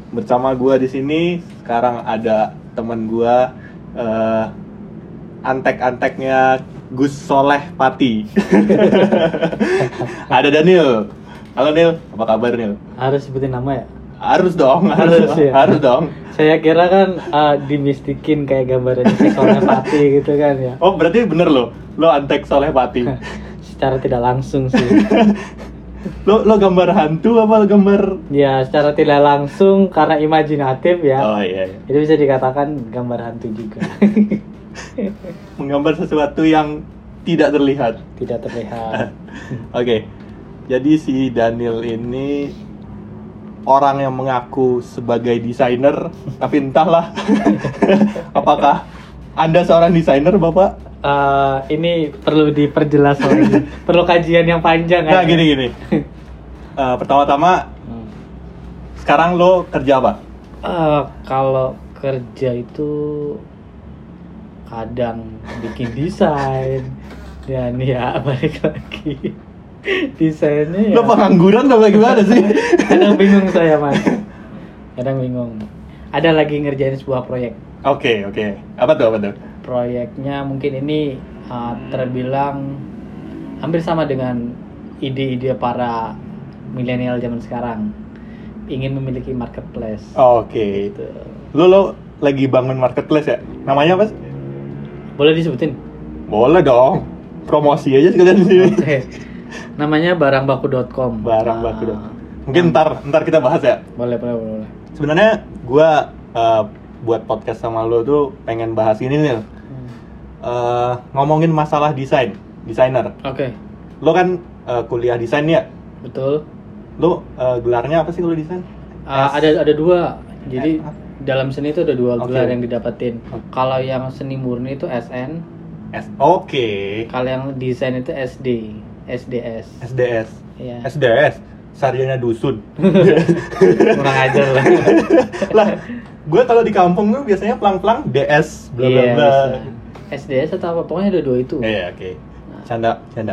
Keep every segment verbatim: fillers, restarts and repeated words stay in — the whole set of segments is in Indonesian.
bersama gua di sini sekarang ada teman gua uh, antek-anteknya Gus Soleh Pati. Ada Daniel. Halo Nil, apa kabar Nil? Harus sebutin nama ya? Harus dong, harus, harus, ya? harus dong. Saya kira kan uh, dimistikin kayak gambaran si Soleh Pati gitu kan ya. Oh berarti bener lo, lo antek Soleh Pati. Secara tidak langsung sih. lo lo gambar hantu apa gambar? Ya secara tidak langsung karena imajinatif ya. Oh iya, iya. Itu bisa dikatakan gambar hantu juga. Menggambar sesuatu yang tidak terlihat. Tidak terlihat. Oke, okay. Jadi si Daniel ini orang yang mengaku sebagai desainer, tapi entahlah apakah Anda seorang desainer, Bapak? Uh, ini perlu diperjelas lagi. Perlu kajian yang panjang kan? Nah, gini-gini. Uh, pertama-tama, hmm. sekarang lo kerja apa? Uh, kalau kerja itu kadang bikin desain dan ya balik lagi desainnya ya. Lo pengangguran apa gimana sih? Kadang bingung saya mas, kadang bingung. Ada lagi ngerjain sebuah proyek. Oke okay, oke. Okay. Apa tuh apa tuh? Proyeknya mungkin ini uh, terbilang hampir sama dengan ide-ide para milenial zaman sekarang. Ingin memiliki marketplace. Oke. Okay. Gitu. Lo lo lagi bangun marketplace ya? Namanya apa? Boleh disebutin? Boleh dong. Promosi aja sekalian di sini. Oke. Okay. Namanya barangbaku dot com. barangbaku dot com. Ah, Mungkin ntar ntar kita bahas ya. Boleh, boleh, boleh. Sebenarnya gua uh, buat podcast sama lo tuh pengen bahas ini nih. Hmm. Uh, ngomongin masalah desain, desainer. Oke. Okay. Lo kan uh, kuliah desain ya? Betul. Lo uh, gelarnya apa sih kalau desain? Uh, ada ada dua. Jadi S- dalam seni itu ada dua gelar okay. yang didapatin. Okay. Kalau yang seni murni itu S N. S. Oke. Okay. Kalau yang desain itu S D, S D S. S D S. Iya. S D S. Sarjana dusun. Kurang ajar lah. Lah, gue kalau di kampung tuh biasanya pelang-pelang D S bla bla bla. S D S atau apa? Pokoknya ada dua itu. Iya, yeah, oke. Okay. Canda, canda.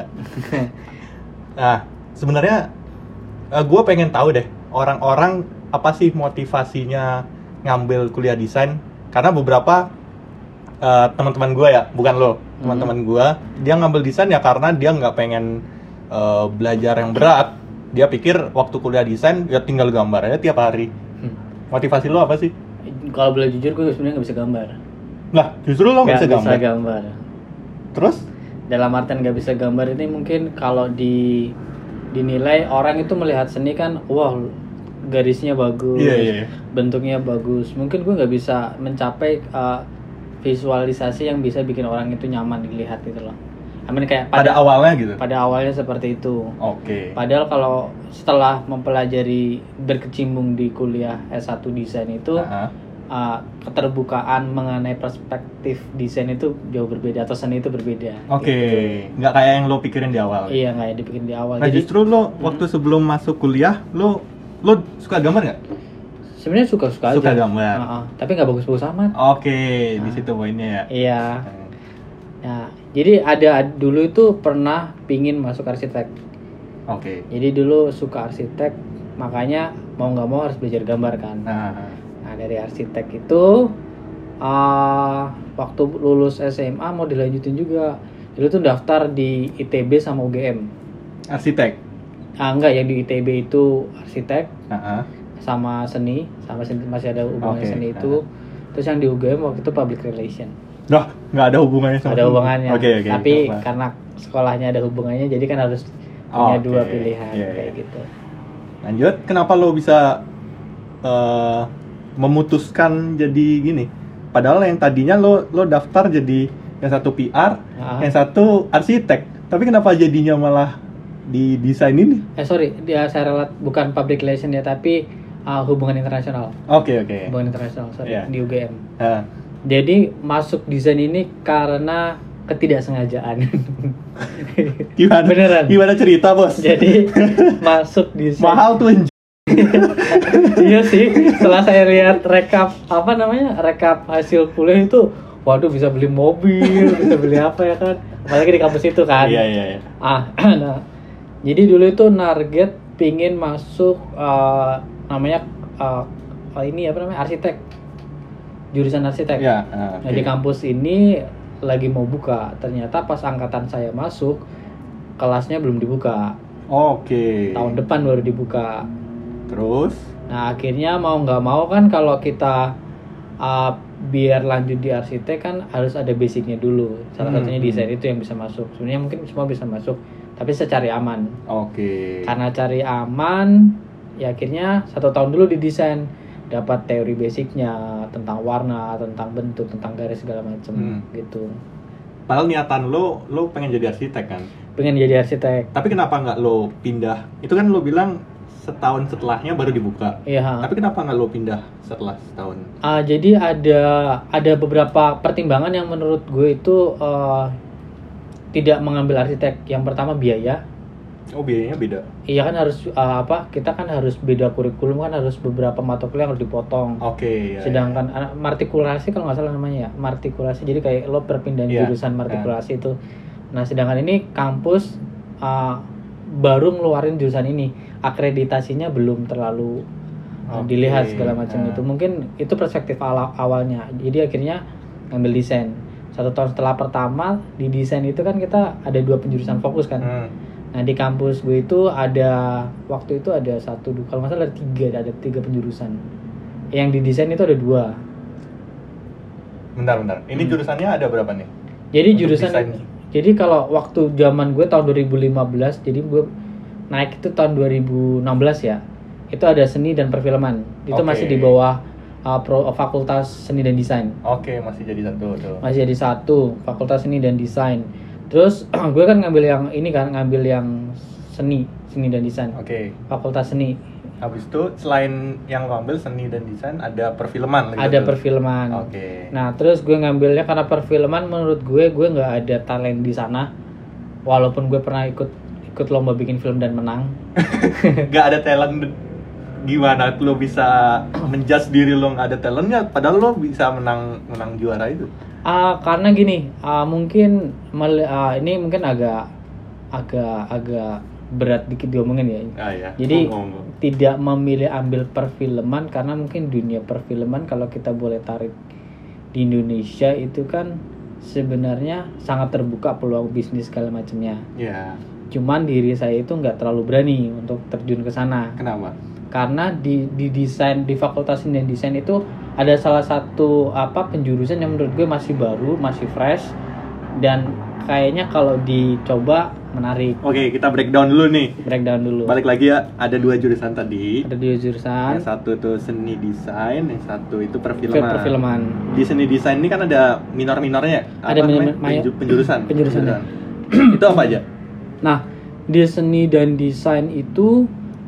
Nah, sebenarnya uh, gue pengen tahu deh orang-orang apa sih motivasinya ngambil kuliah desain? Karena beberapa uh, teman-teman gue ya, bukan lo, teman-teman hmm. gue, dia ngambil desain ya karena dia nggak pengen uh, belajar yang berat. Dia pikir waktu kuliah desain ya tinggal gambar aja tiap hari. Hmm. Motivasi lo apa sih? Kalau boleh jujur gue sebenarnya nggak bisa gambar. Lah, justru lo nggak bisa gambar. Nggak bisa gambar. Terus? Dalam artian nggak bisa gambar ini mungkin kalau di dinilai orang itu melihat seni kan, wah garisnya bagus, yeah, yeah, yeah. bentuknya bagus. Mungkin gue nggak bisa mencapai uh, visualisasi yang bisa bikin orang itu nyaman dilihat gitu loh. I mean kayak pada, pada awalnya gitu. Pada awalnya seperti itu. Oke. Okay. Padahal kalau setelah mempelajari berkecimpung di kuliah S satu desain itu, uh-huh. uh, keterbukaan mengenai perspektif desain itu jauh berbeda atau seni itu berbeda. Oke. Okay. Gitu. Nggak kayak yang lo pikirin di awal. Iya, nggak yang dipikirin di awal. Nah Jadi, justru lo hmm. waktu sebelum masuk kuliah lo lo suka gambar nggak? Sebenarnya suka suka aja. Suka gambar. Uh-uh. Tapi nggak bagus-bagus amat. Oke, okay. nah. Di situ poinnya ya. Iya. Nah, jadi ada dulu itu pernah pingin masuk arsitek. Oke. Okay. Jadi dulu suka arsitek, makanya mau nggak mau harus belajar gambar kan. Nah, nah dari arsitek itu, uh, waktu lulus S M A mau dilanjutin juga. Dulu tuh daftar di I T B sama U G M. Arsitek? Ah enggak, yang di I T B itu arsitek, uh-huh. sama seni, sama seni, masih ada hubungannya okay. seni itu. Uh-huh. Terus yang di U G M waktu itu public relation. Nah, nggak ada hubungannya sama. Ada hubungannya. Okay, okay, tapi apa? Karena sekolahnya ada hubungannya, jadi kan harus punya okay. dua pilihan yeah, kayak yeah. gitu. Lanjut, kenapa lo bisa uh, memutuskan jadi gini? Padahal yang tadinya lo lo daftar jadi yang satu P R, uh-huh. yang satu arsitek. Tapi kenapa jadinya malah di desain ini? Eh sorry, dia saya relat bukan public relation ya, tapi uh, hubungan internasional. Oke okay, oke. Okay. Hubungan internasional, sorry yeah. di U G M. Uh. Jadi masuk desain ini karena ketidaksengajaan. Gimana? Beneran. Gimana cerita bos? Jadi masuk desain. Mahal tuh. Iya sih. Setelah saya lihat rekap apa namanya rekap hasil kuliah itu, waduh bisa beli mobil, bisa beli apa ya kan? Apalagi di kampus itu kan. Iya iya. iya. Ah, nah. Jadi dulu itu target pingin masuk uh, namanya uh, oh ini apa namanya arsitek, jurusan arsitek. Ya, uh, okay. Nah di kampus ini lagi mau buka, ternyata pas angkatan saya masuk kelasnya belum dibuka. Oke. Okay. Tahun depan baru dibuka. Terus? Nah akhirnya mau nggak mau kan kalau kita uh, biar lanjut di arsitek kan harus ada basicnya dulu. Salah hmm. satunya desain itu yang bisa masuk. Sebenarnya mungkin semua bisa masuk, tapi saya cari aman. Oke. Okay. Karena cari aman, ya akhirnya satu tahun dulu di desain, dapat teori basicnya tentang warna, tentang bentuk, tentang garis segala macam hmm. gitu. Padahal niatan lo, lo pengen jadi arsitek kan? Pengen jadi arsitek. Tapi kenapa nggak lo pindah? Itu kan lo bilang setahun setelahnya baru dibuka. Iya. Tapi kenapa nggak lo pindah setelah setahun? Uh, jadi ada ada beberapa pertimbangan yang menurut gue itu uh, tidak mengambil arsitek. Yang pertama biaya. Oh biayanya beda. Iya kan harus uh, apa? Kita kan harus beda kurikulum kan harus beberapa mata kuliah harus dipotong. Oke. Okay, ya, Sedangkan ya. martikulasi kalau nggak salah namanya ya, martikulasi. Jadi kayak lo perpindahan yeah, jurusan martikulasi yeah. itu. Nah sedangkan ini kampus uh, baru ngeluarin jurusan ini, akreditasinya belum terlalu uh, okay, dilihat segala macam uh. itu. Mungkin itu perspektif awal awalnya. Jadi akhirnya ngambil desain. Satu tahun setelah pertama di desain itu kan kita ada dua penjurusan fokus kan. Hmm. Nah di kampus gue itu ada waktu itu ada satu, dua, kalau nggak salah ada tiga, ada tiga penjurusan. Yang di desain itu ada dua. Bentar, bentar. Ini hmm. jurusannya ada berapa nih? Jadi untuk jurusan, desain. Jadi kalau waktu zaman gue tahun dua ribu lima belas, jadi gue naik itu tahun dua ribu enam belas ya. Itu ada seni dan perfilman. Itu okay. masih di bawah uh, pro, uh, fakultas seni dan desain. Oke, okay, masih jadi satu tuh. Masih jadi satu, fakultas seni dan desain. Terus gue kan ngambil yang ini kan, ngambil yang seni, seni dan desain. Oke. Okay. Fakultas seni. Habis itu selain yang lo ambil seni dan desain ada perfilman. Ada gitu. Perfilman. Oke. Okay. Nah terus gue ngambilnya karena perfilman menurut gue gue nggak ada talent di sana. Walaupun gue pernah ikut ikut lomba bikin film dan menang. Gak ada talent. Gimana lo bisa menjudge diri lo nggak ada talentnya? Padahal lo bisa menang menang juara itu. Uh, karena gini, uh, mungkin uh, ini mungkin agak agak agak berat dikit diomongin ya. Ah, iya. Jadi oh, oh, oh. tidak memilih ambil perfilman karena mungkin dunia perfilman kalau kita boleh tarik di Indonesia itu kan sebenarnya sangat terbuka peluang bisnis segala macamnya. Iya. Yeah. Cuman diri saya itu nggak terlalu berani untuk terjun ke sana. Kenapa? Karena di di desain di fakultas seni dan desain itu ada salah satu apa penjurusan yang menurut gue masih baru, masih fresh dan kayaknya kalau dicoba menarik. Oke, kita breakdown dulu nih. Breakdown dulu. Balik lagi ya, ada dua jurusan tadi. Ada dua jurusan. Yang satu tuh seni desain, yang satu itu perfilman. Perfilman. Di seni desain ini kan ada minor-minornya. Ada minor, Penju- penjurusan. Penjurusan. Itu apa aja? Nah, di seni dan desain itu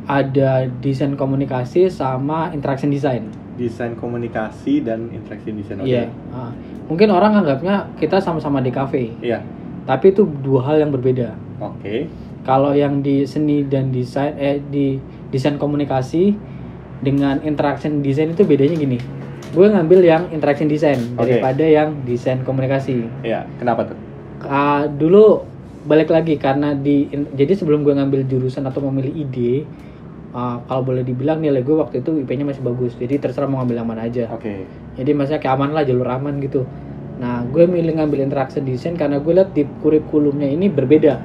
ada desain komunikasi sama interaction design. Desain komunikasi dan interaction design. Iya. Okay. Nah, mungkin orang anggapnya kita sama-sama di kafe. Iya. Tapi itu dua hal yang berbeda. Oke. Okay. Kalau yang di seni dan desain eh di desain komunikasi dengan interaction design itu bedanya gini. Gue ngambil yang interaction design okay. daripada yang desain komunikasi. Iya. Kenapa tuh? Uh, dulu balik lagi karena di in, jadi sebelum gue ngambil jurusan atau memilih ide. Uh, kalau boleh dibilang nilai gue waktu itu I P-nya masih bagus, jadi terserah mau ngambil yang mana aja. Oke. Okay. Jadi maksudnya kayak aman lah, jalur aman gitu. Nah, gue milih ngambil interaction design karena gue lihat di kurikulumnya ini berbeda.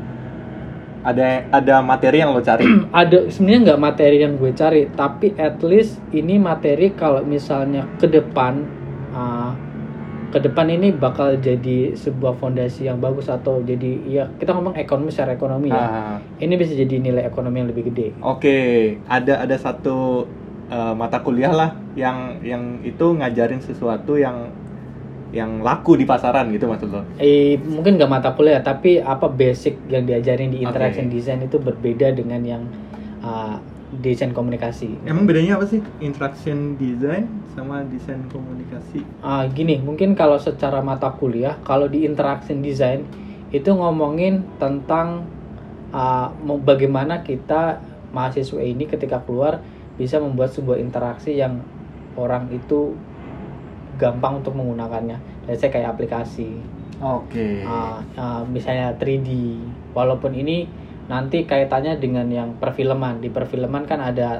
Ada ada materi yang lo cari? Ada, sebenarnya nggak materi yang gue cari, tapi at least ini materi kalau misalnya ke depan, uh, ke depan ini bakal jadi sebuah fondasi yang bagus atau jadi ya kita ngomong ekonomi secara ekonomi ya. Ah. Ini bisa jadi nilai ekonomi yang lebih gede. Oke, okay. ada ada satu uh, mata kuliah lah yang yang itu ngajarin sesuatu yang yang laku di pasaran gitu maksud lo? Eh mungkin nggak mata kuliah tapi apa basic yang diajarin di interaction okay. design itu berbeda dengan yang uh, desain komunikasi. Emang bedanya apa sih interaction design sama desain komunikasi? Ah, gini, mungkin kalau secara mata kuliah, kalau di interaction design itu ngomongin tentang uh, bagaimana kita mahasiswa ini ketika keluar bisa membuat sebuah interaksi yang orang itu gampang untuk menggunakannya. Jadi saya kayak aplikasi. Oke. Okay. Uh, uh, misalnya tiga D. Walaupun ini nanti kaitannya dengan yang perfilman. Di perfilman kan ada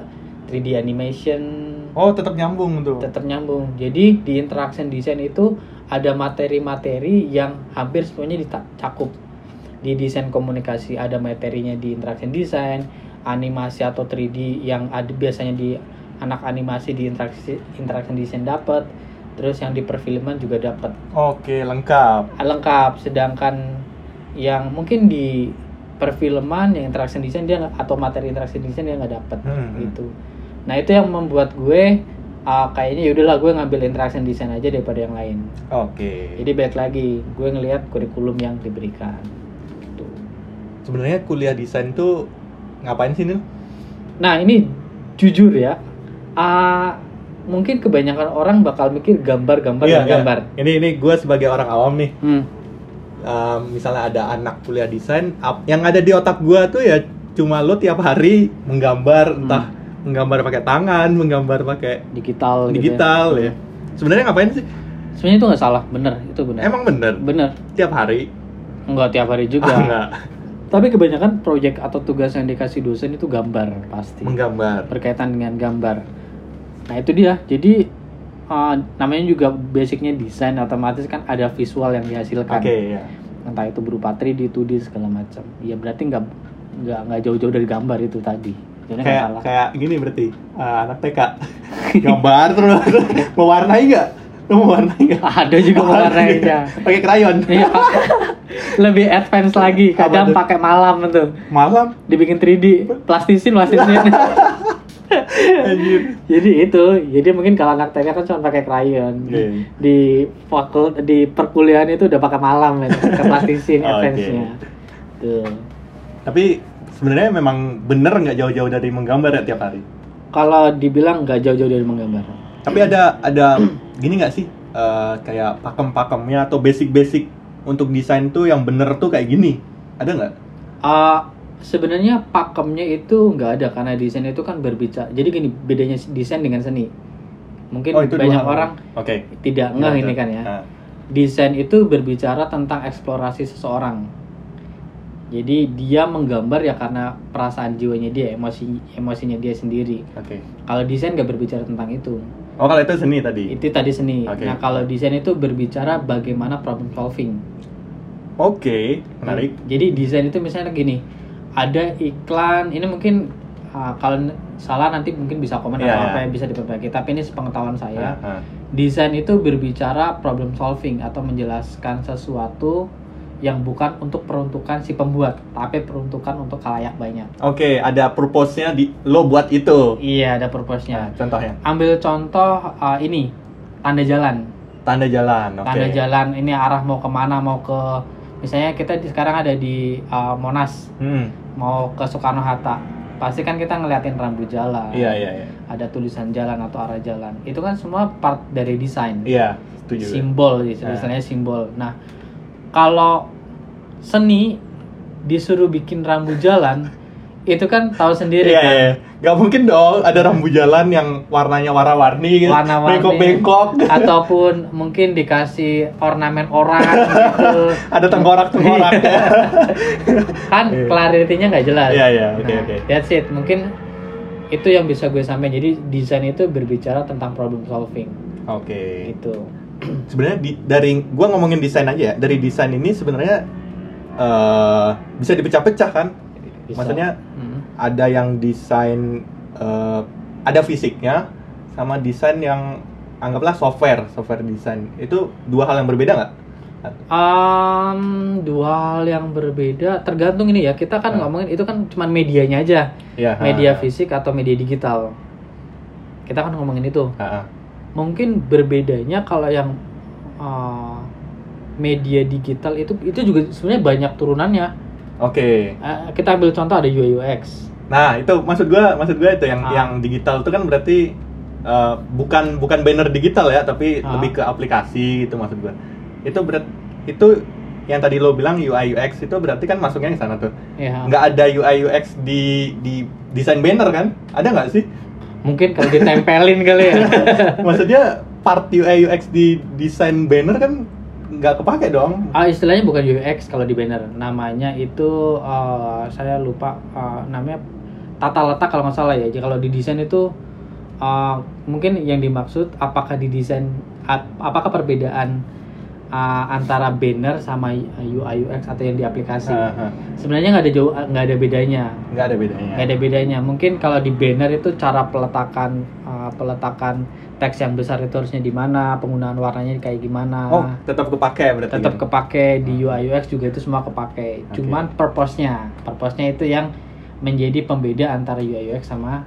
three D animation. Oh, tetap nyambung tuh. Tetap nyambung. Jadi di interaction design itu ada materi-materi yang hampir semuanya dicakup. Di desain komunikasi ada materinya di interaction design, animasi atau three D yang ada biasanya di anak animasi di interaksi interaction design dapat. Terus yang di perfilman juga dapat. Oke, lengkap. Lengkap. Sedangkan yang mungkin di perfilman yang interaction design dia atau materi interaction design dia nggak dapat hmm. gitu. Nah itu yang membuat gue uh, kayaknya yaudahlah gue ngambil interaction design aja daripada yang lain. Oke. Jadi balik lagi gue ngelihat kurikulum yang diberikan. Gitu. Sebenarnya kuliah desain tuh ngapain sih Nil? Nah ini jujur ya, uh, mungkin kebanyakan orang bakal mikir gambar-gambar iya, dan gambar. Iya. Ini ini gue sebagai orang awam nih. Hmm. Um, misalnya ada anak kuliah desain, yang ada di otak gue tuh ya cuma lo tiap hari menggambar, hmm. entah menggambar pakai tangan, menggambar pakai digital, digital gitu ya. ya. Sebenarnya ngapain sih? Sebenarnya itu nggak salah, bener itu bener. Emang bener? Bener. Tiap hari? Enggak tiap hari juga. Ah, enggak. Tapi kebanyakan proyek atau tugas yang dikasih dosen itu gambar pasti. Menggambar. Berkaitan dengan gambar. Nah itu dia. Jadi uh, namanya juga basicnya desain, otomatis kan ada visual yang dihasilkan. Oke, okay, ya. Entah itu berupa three D, two D segala macam. Ya berarti nggak nggak nggak jauh-jauh dari gambar itu tadi. Jadi kayak salah. Kayak gini berarti uh, anak T K gambar terus mewarnai nggak? Lo mewarnai nggak? Ada juga mewarnainya. Pakai krayon. Iya. Lebih advance lagi. Kadang pakai malam tuh. Malam? Dibikin three D, plastisin, plastisin. Anjir. Jadi itu, jadi mungkin kalau anak T K kan cuma pakai krayon. Yeah. Di fakul di perkuliahan itu udah pakai malam ya, pakai plastisin Oh, advance-nya. okay. Tuh. Tapi sebenarnya memang bener nggak jauh-jauh dari menggambar ya tiap hari? Kalau dibilang nggak jauh-jauh dari menggambar. Tapi ada ada gini nggak sih uh, kayak pakem-pakemnya atau basic-basic untuk desain tuh yang bener tuh kayak gini? Ada nggak? Uh, sebenarnya pakemnya itu nggak ada karena desain itu kan berbicara. Jadi gini bedanya desain dengan seni. Mungkin oh, banyak orang okay. tidak ngeh ini kan ya. Nah. Desain itu berbicara tentang eksplorasi seseorang. Jadi dia menggambar ya karena perasaan jiwanya dia, emosi emosinya dia sendiri. Oke. Okay. Kalau desain nggak berbicara tentang itu. Oh kalau itu seni tadi? Itu tadi seni. Okay. Nah kalau desain itu berbicara bagaimana problem solving. Oke, okay. Menarik. Jadi desain itu misalnya gini, ada iklan, ini mungkin uh, kalau salah nanti mungkin bisa komen yeah, atau yeah. apa yang bisa diperbaiki. Tapi ini sepengetahuan saya, uh, uh. desain itu berbicara problem solving atau menjelaskan sesuatu yang bukan untuk peruntukan si pembuat, tapi peruntukan untuk khalayak banyak. Oke, okay, ada purpose-nya di lo buat itu. Iya, ada purpose-nya. Nah, contohnya? Ambil contoh uh, ini, tanda jalan. Tanda jalan, oke. Okay. Tanda jalan ini arah mau kemana, mau ke, misalnya kita di, sekarang ada di uh, Monas, hmm. mau ke Soekarno Hatta. Pasti kan kita ngeliatin rambu jalan. Iya, iya, iya. Ada tulisan jalan atau arah jalan. Itu kan semua part dari desain. Iya, setuju. Simbol, istilahnya nah. simbol. Nah, kalau seni disuruh bikin rambu jalan, itu kan tahu sendiri yeah, kan. Yeah. Gak mungkin dong ada rambu jalan yang warnanya warna-warni gitu. Warna-warni. Bengkok-bengkok. Ataupun mungkin dikasih ornamen orang gitu. Ada tengkorak-tengkorak. Kan yeah. clarity-nya nggak jelas. Iya, yeah, iya. Yeah. Oke, okay, nah, oke. Okay. That's it. Mungkin itu yang bisa gue sampaikan. Jadi desain itu berbicara tentang problem solving. Oke. Okay. Gitu. Sebenarnya di, dari gue ngomongin desain aja ya. Dari desain ini sebenarnya uh, bisa dipecah-pecah kan? Bisa. Maksudnya hmm. ada yang desain uh, ada fisiknya sama desain yang anggaplah software, software desain. Itu dua hal yang berbeda nggak? Um, dua hal yang berbeda tergantung ini ya. Kita kan hmm. ngomongin itu kan cuma medianya aja. Ya, media ha. fisik atau media digital. Kita kan ngomongin itu. Ha. Mungkin berbedanya kalau yang uh, media digital itu itu juga sebenarnya banyak turunannya. Oke. Okay. Uh, kita ambil contoh ada U I U X. Nah itu maksud gue maksud gue itu yang ah. yang digital itu kan berarti uh, bukan bukan banner digital ya tapi ah. lebih ke aplikasi gitu maksud gue. Itu berat itu yang tadi lo bilang U I U X itu berarti kan masuknya ke sana tuh. Yeah. Nggak ada U I U X di di desain banner kan? Ada nggak sih? Mungkin kalau ditempelin kali ya. Maksudnya part U I U X di desain banner kan nggak kepake dong. Ah istilahnya bukan U X kalau di banner. Namanya itu uh, saya lupa uh, namanya tata letak kalau nggak salah ya. Jadi kalau di desain itu uh, mungkin yang dimaksud apakah di desain ap, apakah perbedaan uh, antara banner sama U I U X atau yang di aplikasi. Uh-huh. Sebenarnya nggak ada jauh nggak ada bedanya. Nggak ada bedanya. Nggak ada bedanya. Mungkin kalau di banner itu cara peletakan uh, peletakan teks yang besar itu harusnya di mana, penggunaan warnanya kayak gimana. Oh, tetap kepake berarti. Tetap kepake di U I U X juga itu semua kepake. Okay. Cuman purpose-nya, purpose-nya itu yang menjadi pembeda antara U I U X sama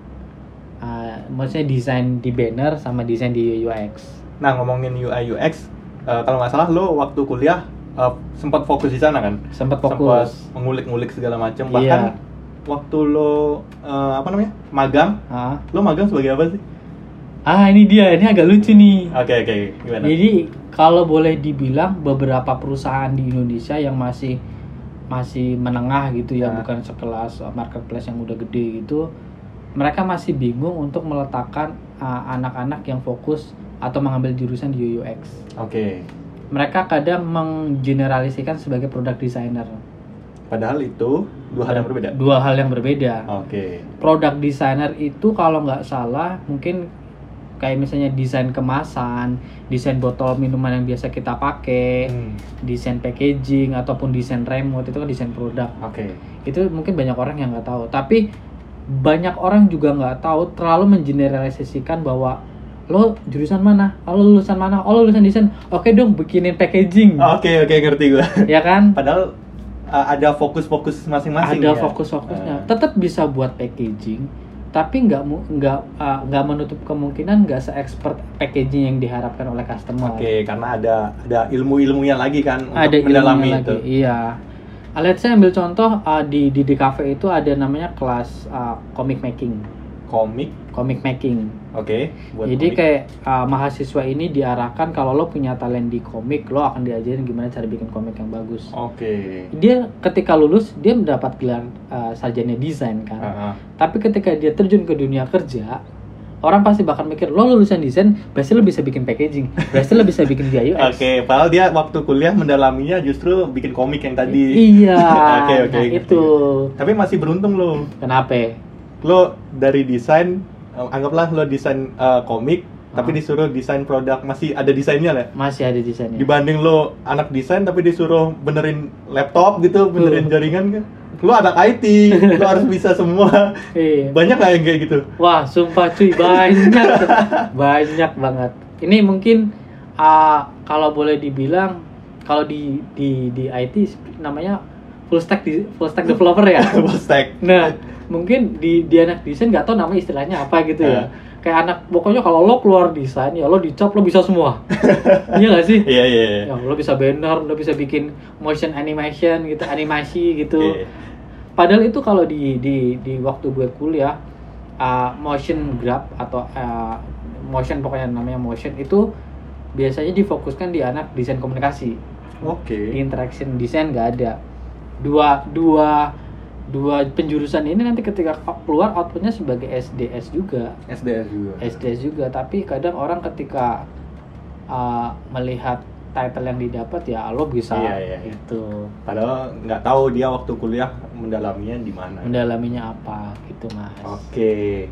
uh, maksudnya desain di banner sama desain di U I U X. Nah, ngomongin U I U X, uh, kalau nggak salah lo waktu kuliah uh, sempat fokus di sana kan? Sempat fokus. Sempat mengulik-ngulik segala macam. Bahkan iya. waktu lo uh, apa namanya? magang. Ah. Lo magang sebagai apa sih? Ah, ini dia, ini agak lucu nih. Oke, okay, oke, okay. Gimana? Jadi, kalau boleh dibilang beberapa perusahaan di Indonesia yang masih masih menengah gitu ya, nah. bukan sekelas marketplace yang udah gede gitu, mereka masih bingung untuk meletakkan uh, anak-anak yang fokus atau mengambil jurusan di U I U X. Oke. Okay. Mereka kadang menggeneralisasikan sebagai product designer. Padahal itu dua hal yang berbeda. Dua hal yang berbeda. Oke. Okay. Product designer itu kalau nggak salah mungkin kayak misalnya desain kemasan, desain botol minuman yang biasa kita pakai, hmm. desain packaging ataupun desain remote itu kan desain produk. Oke. Okay. Itu mungkin banyak orang yang nggak tahu. Tapi banyak orang juga nggak tahu, terlalu mengeneralisasikan bahwa lo jurusan mana, oh, lo lulusan mana, oh lo lulusan desain, oke dong bikinin packaging. Oke okay, oke okay, ngerti gue. Ya kan? Padahal uh, ada fokus-fokus masing-masing. Ada ya? fokus-fokusnya. Uh. Tetap bisa buat packaging. Tapi nggak nggak uh, nggak menutup kemungkinan nggak se-expert packaging yang diharapkan oleh customer. Oke, okay, karena ada ada ilmu-ilmunya lagi kan ada untuk mendalami itu. Lagi, iya. Let's say ambil contoh uh, di di di cafe itu ada namanya kelas uh, comic making. Comic? Comic making. Oke. Okay, jadi komik. Kayak uh, mahasiswa ini diarahkan kalau lo punya talent di komik, lo akan diajarin gimana cara bikin komik yang bagus. Oke. Okay. Dia ketika lulus dia mendapat gelar uh, sarjana desain kan. Uh-huh. Tapi ketika dia terjun ke dunia kerja, orang pasti bakal mikir lo lulusan desain, berarti lo bisa bikin packaging, berarti lo bisa bikin U I U X. Oke, okay, padahal dia waktu kuliah mendalaminya justru bikin komik yang tadi. Iya. Oke oke. Nah, itu. Tapi masih beruntung lo. Kenapa? Lo dari desain, anggaplah lo desain uh, komik, uh-huh. tapi disuruh desain produk, masih ada desainnya lah. Masih ada desainnya. Dibanding lo anak desain tapi disuruh benerin laptop gitu, benerin uh. jaringan kan. Lo anak I T, lo harus bisa semua. Iya. Banyak lah yang kayak gitu. Wah, sumpah cuy, banyak. Banyak banget. Ini mungkin uh, kalau boleh dibilang kalau di di di I T namanya full stack full stack developer ya. Full stack. Nah, mungkin di di anak desain nggak tahu nama istilahnya apa gitu ya. Uh. Kayak anak pokoknya kalau lo keluar desain ya lo dicap lo bisa semua. Iya nggak sih? Iya iya. Yeah. Ya, lo bisa banner, lo bisa bikin motion animation gitu, animasi gitu. Yeah. Padahal itu kalau di di di waktu gue kuliah uh, motion graph atau uh, motion pokoknya namanya motion itu biasanya difokuskan di anak desain komunikasi. Oke. Okay. Interaction design nggak ada. Dua dua dua penjurusan ini nanti ketika keluar outputnya sebagai S D S juga. S D S juga. S D S juga, tapi kadang orang ketika uh, melihat title yang didapat ya lo bisa iya, iya, iya. itu. Padahal nggak tahu dia waktu kuliah mendalaminya di mana. Mendalaminya apa gitu mas. Oke.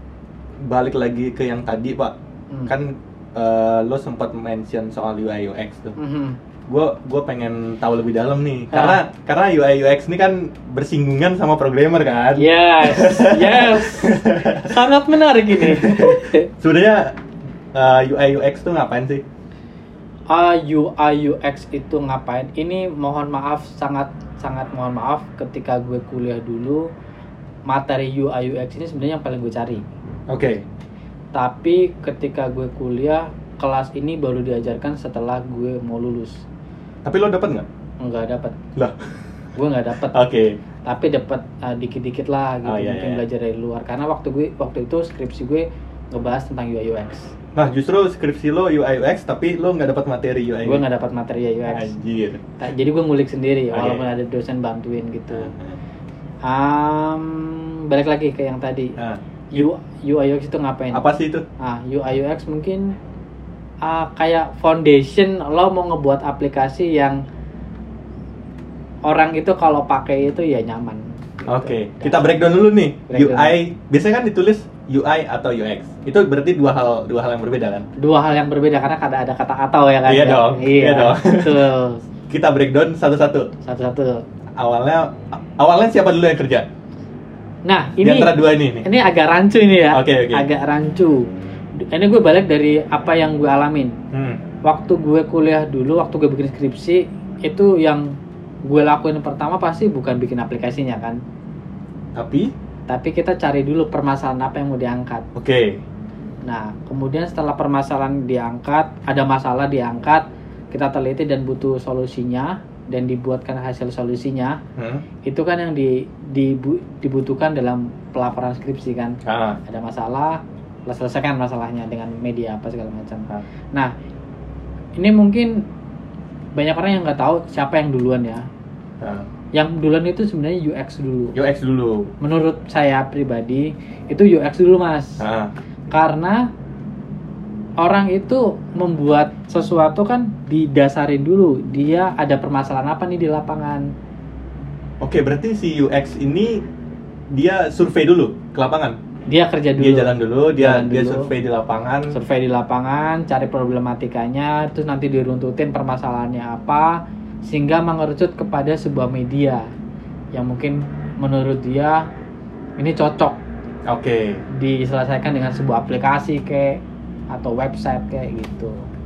Balik lagi ke yang tadi pak, hmm. kan uh, lo sempat mention soal U I U X tuh. Mm-hmm. Gue gue pengen tahu lebih dalam nih, karena ah. karena U I U X ini kan bersinggungan sama programmer kan. Yes, yes, sangat menarik ini. Sebenarnya uh, U I U X tuh ngapain sih? Uh, U I U X itu ngapain? Ini mohon maaf, sangat sangat mohon maaf ketika gue kuliah dulu materi U I U X ini sebenarnya yang paling gue cari. Oke. Okay. Tapi ketika gue kuliah kelas ini baru diajarkan setelah gue mau lulus. Tapi lo dapat nggak? Nggak dapat. Lah. Gue nggak dapat. Oke. Okay. Tapi dapat uh, dikit-dikit lah gitu, oh, iya, mungkin iya. belajar dari luar. Karena waktu gue waktu itu skripsi gue ngebahas tentang U I U X. Nah justru skripsi lo U I U X tapi lo nggak dapat materi U I U X. Gue nggak dapat materi U I U X. Anjir. Nah, jadi gue ngulik sendiri okay. walaupun ada dosen bantuin gitu. Uh-huh. Um, balik lagi ke yang tadi. Uh. U, U I U X itu ngapain? Apa sih itu? Ah, U I U X mungkin uh, kayak foundation lo mau ngebuat aplikasi yang orang itu kalau pakai itu ya nyaman. Oke, okay. Kita breakdown dulu nih. Breakdown. U I biasanya kan ditulis U I atau U X. Itu berarti dua hal dua hal yang berbeda kan? Dua hal yang berbeda karena ada ada kata atau ya kan? Iya dong. Iya, iya dong. Betul. Kita breakdown satu-satu. Satu-satu. Awalnya awalnya siapa dulu yang kerja? Nah, ini di antara dua ini nih. Ini agak rancu ini ya. Oke, okay, oke. Okay. Agak rancu. Ini gue balik dari apa yang gue alamin. Hmm. Waktu gue kuliah dulu, waktu gue bikin skripsi, itu yang gue lakuin pertama pasti bukan bikin aplikasinya kan. Tapi? Tapi kita cari dulu permasalahan apa yang mau diangkat. Oke. Okay. Nah, kemudian setelah permasalahan diangkat, ada masalah diangkat, kita teliti dan butuh solusinya dan dibuatkan hasil solusinya. Hmm. Itu kan yang di, di, dibutuhkan dalam pelaporan skripsi kan. Ah. Ada masalah, selesaikan masalahnya dengan media apa segala macam. Ah. Nah, ini mungkin banyak orang yang nggak tahu siapa yang duluan ya. Ah. Yang duluan itu sebenarnya U X dulu. U X dulu. Menurut saya pribadi itu U X dulu mas. Ah. Karena orang itu membuat sesuatu kan didasarin dulu dia ada permasalahan apa nih di lapangan. Oke, berarti si U X ini dia survei dulu ke lapangan. Dia kerja dulu. Dia jalan dulu, dia jalan dia dulu. survei di lapangan. Survei di lapangan, cari problematikanya, terus nanti diruntutin permasalahannya apa sehingga mengerucut kepada sebuah media yang mungkin menurut dia ini cocok. Oke. Diselesaikan dengan sebuah aplikasi kayak atau website kayak gitu.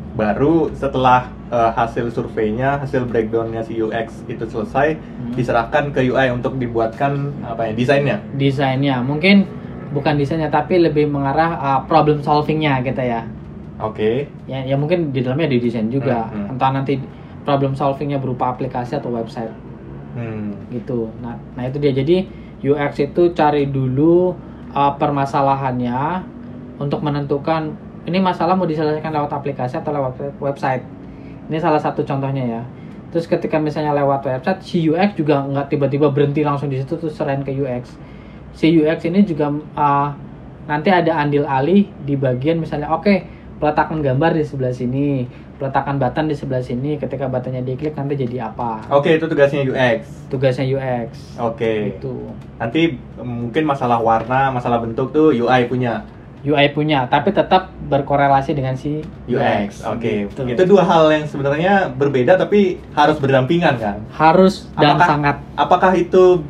Baru setelah uh, hasil surveinya, hasil breakdownnya si U X itu selesai, hmm. diserahkan ke U I untuk dibuatkan apa ya desainnya? Desainnya mungkin bukan desainnya tapi lebih mengarah uh, problem solvingnya gitu ya. Oke. Okay. Ya, ya mungkin di dalamnya ada desain juga. Hmm, hmm. Entah nanti problem solvingnya berupa aplikasi atau website. Hmm. Gitu. Nah, nah itu dia. Jadi U X itu cari dulu uh, permasalahannya untuk menentukan ini masalah mau diselesaikan lewat aplikasi atau lewat website. Ini salah satu contohnya ya. Terus ketika misalnya lewat website, si U X juga nggak tiba-tiba berhenti langsung di situ terus serahin ke U X. Si U X ini juga uh, nanti ada andil alih di bagian misalnya, oke, okay, peletakan gambar di sebelah sini, peletakan button di sebelah sini. Ketika buttonnya diklik nanti jadi apa? Oke, okay, itu tugasnya U X. Tugasnya U X. Oke. Okay. Itu. Nanti mungkin masalah warna, masalah bentuk tuh U I punya. U I punya, tapi tetap berkorelasi dengan si U X. Oke. Okay. Gitu. Itu dua hal yang sebenarnya berbeda tapi harus berdampingan kan? Harus dan apakah, sangat. Apakah itu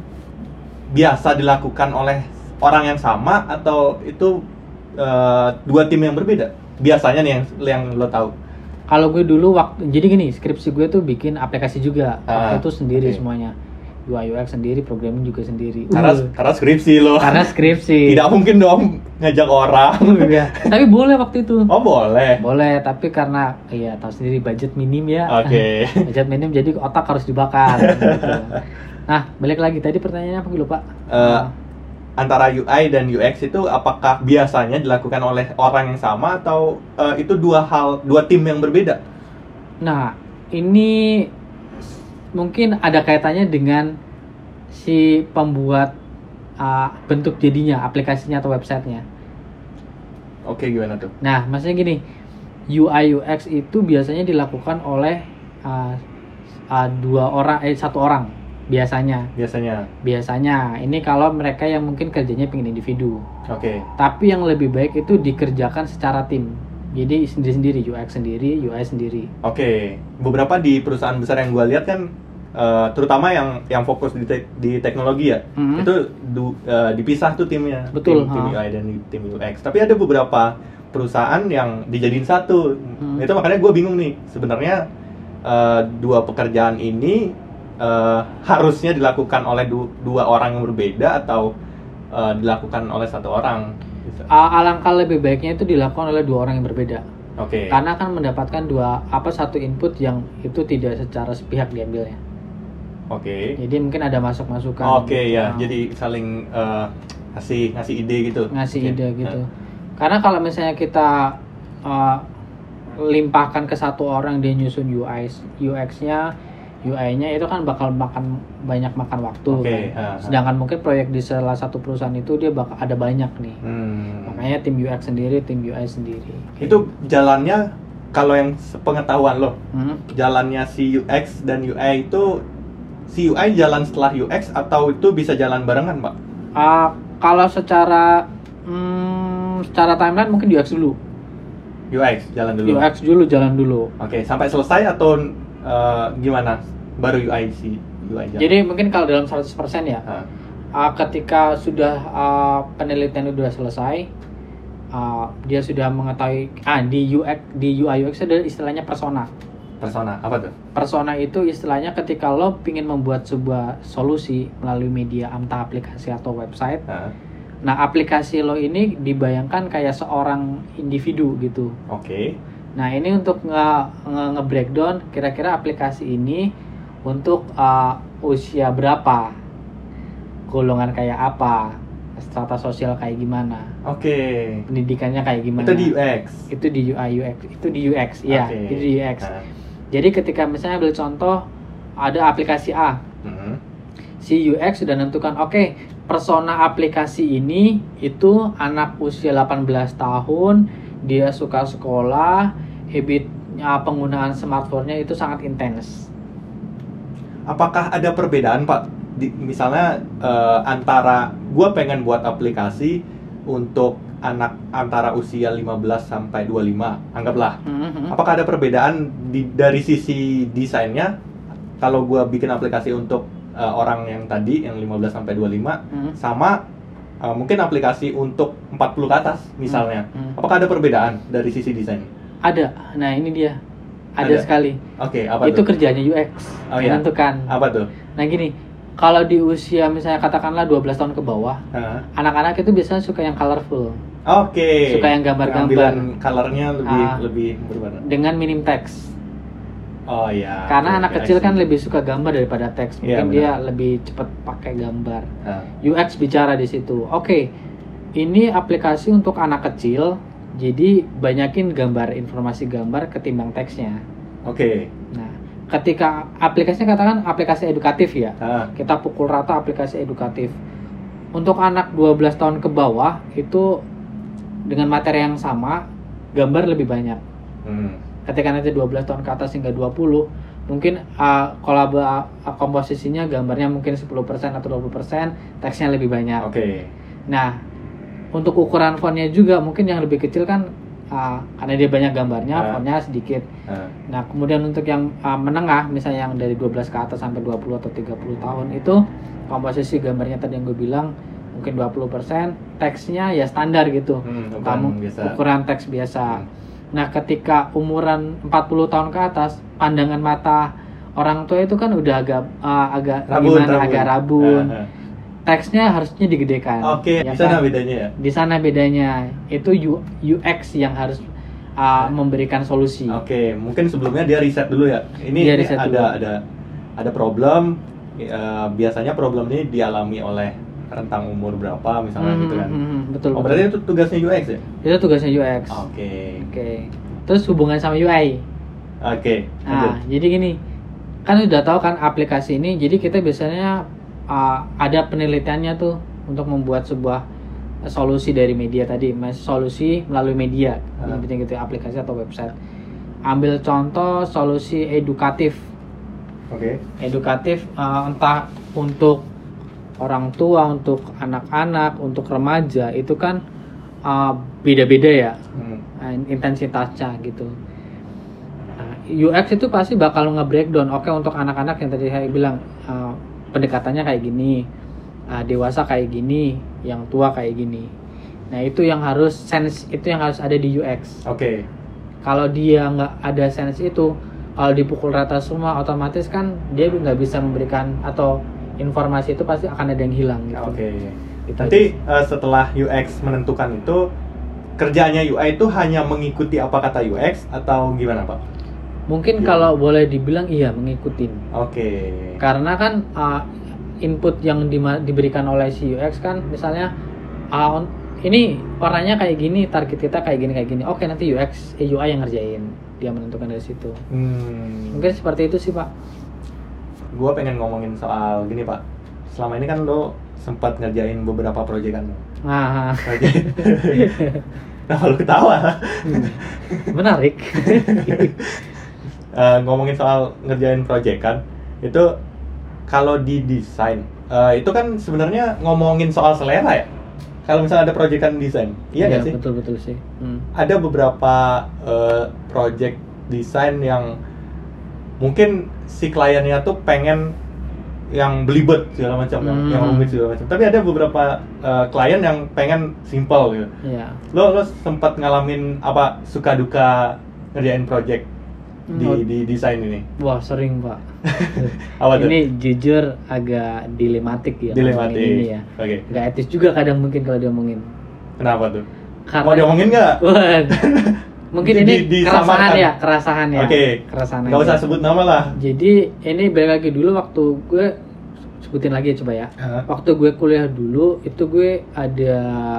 biasa dilakukan oleh orang yang sama atau itu uh, dua tim yang berbeda? Biasanya nih yang yang lo tahu. Kalau gue dulu waktu jadi gini, skripsi gue tuh bikin aplikasi juga. Ah, waktu itu sendiri okay. Semuanya. U I U X sendiri, programming juga sendiri. Karena uh. karena skripsi lo. Karena skripsi. Tidak mungkin dong ngajak orang. Iya. Tapi boleh waktu itu. Oh, boleh. Boleh, tapi karena iya tahu sendiri budget minim ya. Oke. Okay. Budget minim jadi otak harus dibakar gitu. Nah, balik lagi tadi pertanyaannya apa lupa? Uh, antara U I dan U X itu apakah biasanya dilakukan oleh orang yang sama atau uh, itu dua hal, dua tim yang berbeda? Nah, ini mungkin ada kaitannya dengan si pembuat uh, bentuk jadinya, aplikasinya atau websitenya. Oke, gimana tuh? Nah, maksudnya gini, U I U X itu biasanya dilakukan oleh uh, uh, dua orang, eh satu orang biasanya. Biasanya. Biasanya. Ini kalau mereka yang mungkin kerjanya pengen individu. Oke. Tapi yang lebih baik itu dikerjakan secara tim. Jadi sendiri-sendiri, U X sendiri, U I sendiri. Oke, beberapa di perusahaan besar yang gue lihat kan, uh, terutama yang yang fokus di, te- di teknologi ya, mm-hmm. itu du, uh, dipisah tuh timnya, betul, tim, tim U I dan tim U X. Tapi ada beberapa perusahaan yang dijadiin satu, mm-hmm. itu makanya gue bingung nih, sebenarnya uh, dua pekerjaan ini uh, harusnya dilakukan oleh du- dua orang yang berbeda atau uh, dilakukan oleh satu orang. Alangkah lebih baiknya itu dilakukan oleh dua orang yang berbeda. Oke. Okay. Karena akan mendapatkan dua apa satu input yang itu tidak secara sepihak diambilnya. Oke. Okay. Jadi mungkin ada masuk-masukan. Oke okay, gitu. Ya, jadi saling uh, ngasih ngasih ide gitu. Ngasih okay. ide gitu. Nah. Karena kalau misalnya kita uh, limpahkan ke satu orang dia nyusun U I U X-nya, U I-nya itu kan bakal makan banyak makan waktu. Okay, kan? uh, Sedangkan mungkin proyek di salah satu perusahaan itu dia bakal ada banyak nih. Hmm. Makanya tim U X sendiri, tim U I sendiri. Itu jalannya kalau yang sepengetahuan lo, hmm? jalannya si U X dan U I itu si U I jalan setelah U X atau itu bisa jalan barengan, Pak? Uh, kalau secara hmm, secara timeline mungkin U X dulu. U X jalan dulu. U X dulu jalan dulu. Oke, okay, sampai selesai atau uh, gimana? Baru U I si U I jalan. Jadi mungkin kalau dalam seratus persen ya. Huh? Uh, ketika sudah uh, penelitian sudah selesai, uh, dia sudah mengetahui ah di U X di U I U X ada istilahnya persona. Persona apa tuh? Persona itu istilahnya ketika lo ingin membuat sebuah solusi melalui media entah aplikasi atau website. Huh? Nah, aplikasi lo ini dibayangkan kayak seorang individu gitu. Oke. Okay. Nah, ini untuk nge, nge, nge breakdown kira-kira aplikasi ini untuk uh, usia berapa, golongan kayak apa, strata sosial kayak gimana. Oke. Okay. Pendidikannya kayak gimana. Itu di U X. Itu di U I U X. Itu di U X. Iya, okay. Itu di U X. Nah. Jadi ketika misalnya ambil contoh ada aplikasi A. Mm-hmm. Si U X sudah menentukan oke, okay, persona aplikasi ini itu anak usia delapan belas tahun, dia suka sekolah, habitnya penggunaan smartphone-nya itu sangat intens. Apakah ada perbedaan, Pak? Di, misalnya uh, antara gue pengen buat aplikasi untuk anak antara usia lima belas sampai dua puluh lima, anggaplah. Mm-hmm. Apakah ada perbedaan di, dari sisi desainnya kalau gue bikin aplikasi untuk uh, orang yang tadi yang lima belas sampai dua puluh lima mm-hmm. sama uh, mungkin aplikasi untuk empat puluh ke atas misalnya. Mm-hmm. Apakah ada perbedaan dari sisi desain? Ada. Nah, ini dia. Ada, ada? sekali. Oke, okay, apa itu tuh? Kerjanya U X. Oh, menentukan. Iya. Apa tuh? Nah, gini. Kalau di usia misalnya katakanlah dua belas tahun ke bawah, uh-huh. anak-anak itu biasanya suka yang colorful. Oke. Okay. Suka yang gambar-gambar. Colornya lebih uh, lebih berwarna. Dengan minim teks. Oh iya. Karena okay, anak okay, kecil kan lebih suka gambar daripada teks. Mungkin yeah, dia lebih cepat pakai gambar. Uh. U X bicara di situ. Oke. Okay. Ini aplikasi untuk anak kecil. Jadi banyakin gambar, informasi gambar ketimbang teksnya. Oke. Okay. Nah, ketika aplikasinya katakan aplikasi edukatif ya, ah. kita pukul rata aplikasi edukatif. Untuk anak dua belas tahun ke bawah itu dengan materi yang sama, gambar lebih banyak. Hmm. Ketika nanti dua belas tahun ke atas hingga dua puluh, mungkin uh, kolab uh, komposisinya gambarnya mungkin sepuluh persen atau dua puluh persen, teksnya lebih banyak. Oke. Okay. Nah, untuk ukuran fontnya juga mungkin yang lebih kecil kan Uh, karena dia banyak gambarnya, uh. fontnya sedikit. Uh. Nah, kemudian untuk yang uh, menengah, misalnya yang dari dua belas ke atas sampai dua puluh atau tiga puluh tahun itu komposisi gambarnya tadi yang gue bilang mungkin dua puluh persen, teksnya ya standar gitu. Hmm, ukuran, Kamu, biasa. ukuran teks biasa. Hmm. Nah, ketika umuran empat puluh tahun ke atas, pandangan mata orang tua itu kan udah agak uh, agak rabun, gimana, rabun. agak rabun. Uh, uh. Teksnya harusnya digedekan. Oke, okay, ya di sana kan? bedanya ya. Di sana bedanya. Itu U X yang harus uh, memberikan solusi. Oke, okay, mungkin sebelumnya dia riset dulu ya. Ini, dia ini ada dulu. ada ada problem. Uh, biasanya problem ini dialami oleh rentang umur berapa misalnya hmm, gitu kan. Hmm, betul. Oh, betul. berarti itu tugasnya U X ya? Itu tugasnya U X. Oke. Okay. Oke. Okay. Terus hubungan sama U I. Oke. Okay, nah, jadi gini. Kan udah tahu kan aplikasi ini. Jadi kita biasanya uh, ada penelitiannya tuh untuk membuat sebuah solusi dari media tadi, solusi melalui media, uh. yang penting gitu, aplikasi atau website. Ambil contoh solusi edukatif. Oke. Okay. Edukatif uh, entah untuk orang tua, untuk anak-anak, untuk remaja itu kan uh, beda-beda ya, hmm. uh, intensitasnya gitu. Nah, U X itu pasti bakal nge-breakdown. Oke, untuk anak-anak yang tadi saya bilang uh, pendekatannya kayak gini. Uh, dewasa kayak gini, yang tua kayak gini. Nah, itu yang harus sense, itu yang harus ada di U X. Oke. Okay. Kalau dia nggak ada sense itu, kalau dipukul rata semua, otomatis kan dia nggak bisa memberikan atau informasi itu pasti akan ada yang hilang gitu. Oke. Okay. Nanti uh, setelah U X menentukan itu, kerjanya U I itu hanya mengikuti apa kata U X atau gimana, Pak? Mungkin gimana? Kalau boleh dibilang iya mengikuti. Oke. Okay. Karena kan uh, input yang di, diberikan oleh si U X kan misalnya uh, ini warnanya kayak gini, target kita kayak gini kayak gini. Oke, nanti U X eh, U I yang ngerjain, dia menentukan dari situ. Hmm. Mungkin seperti itu sih, Pak. Gua pengen ngomongin soal gini, Pak. Selama ini kan lo sempat ngerjain beberapa proyek kan? Nah, nah lo ketawa. Menarik. uh, ngomongin soal ngerjain proyek kan, itu kalau di desain uh, itu kan sebenarnya ngomongin soal selera ya. Kalau misalnya ada proyekan desain, iya nggak ya, sih? Betul betul sih. Hmm. Ada beberapa uh, project desain yang mungkin si kliennya tuh pengen yang belibet segala macam, hmm. yang rumit segala macam. Tapi ada beberapa uh, klien yang pengen simple gitu. Iya. Lo lo sempat ngalamin apa suka duka ngerjain project di oh. di desain ini? Wah, sering, Pak. Apa tuh? Ini jujur agak dilematik ya. Dilematik. Ini ya. Oke. Okay. Gak etis juga kadang mungkin kalau diomongin. Kenapa tuh? Karena mau diomongin nggak? Mungkin di, ini di, kerasahan ya, kerasahan ya. Oke. Okay. Kerasahan. Gak usah sebut nama lah. Jadi ini balik lagi dulu waktu gue sebutin lagi coba ya. Uh-huh. Waktu gue kuliah dulu itu gue ada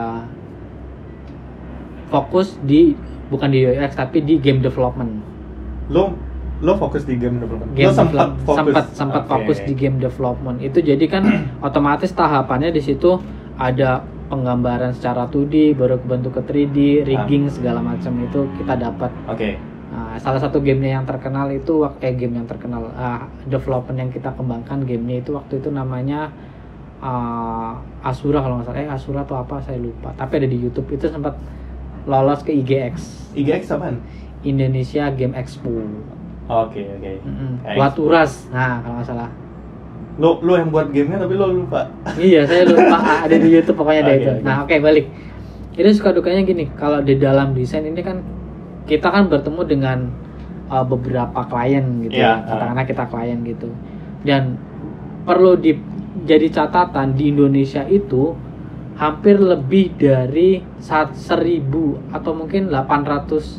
fokus di bukan di U X tapi di game development. Lo lo fokus di game development. Game lo sempat fokus sempat sempat okay. fokus di game development. Itu jadi kan otomatis tahapannya di situ ada penggambaran secara dua D, baru bentuk ke tiga D, rigging segala macam itu kita dapat. Oke. Okay. Nah, salah satu gamenya yang terkenal itu eh game yang terkenal uh, development yang kita kembangkan gamenya itu waktu itu namanya uh, Asura kalau nggak salah. Eh Asura atau apa saya lupa. Tapi ada di YouTube itu sempat lolos ke I G X. I G X apaan? Indonesia Game Expo. Oke okay, oke. Okay. Mm-hmm. Buat Uras. Nah kalau nggak salah. Lo lo yang buat gamenya tapi lo lupa. Iya saya lupa ada di YouTube pokoknya ada okay, itu. Okay. Nah oke okay, balik. Jadi suka dukanya gini, kalau di dalam desain ini kan kita kan bertemu dengan uh, beberapa klien gitu yeah, ya, katakanlah uh. kita klien gitu. Dan perlu di jadi catatan di Indonesia itu hampir lebih dari seribu atau mungkin delapan ratus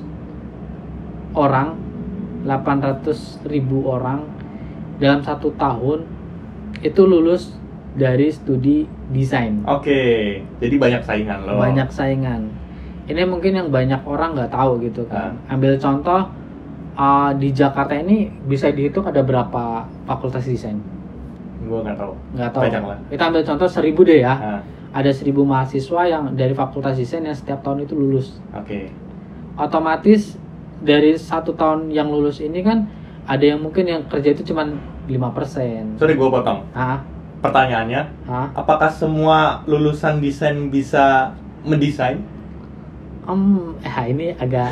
orang, delapan ratus ribu orang dalam satu tahun itu lulus dari studi desain. Oke, okay. Jadi banyak saingan loh. Banyak saingan. Ini mungkin yang banyak orang nggak tahu gitu kan. Uh. Ambil contoh uh, di Jakarta ini bisa dihitung ada berapa fakultas desain? Gua nggak tahu. Nggak tahu. Banyak lah. Kita ambil contoh seribu deh ya. Uh. Ada seribu mahasiswa yang dari fakultas desain yang setiap tahun itu lulus. Oke. Okay. Otomatis dari satu tahun yang lulus ini kan ada yang mungkin yang kerja itu cuma lima persen. Sorry gua potong. Hah? Pertanyaannya, Hah? apakah semua lulusan desain bisa mendesain? Um, eh ini agak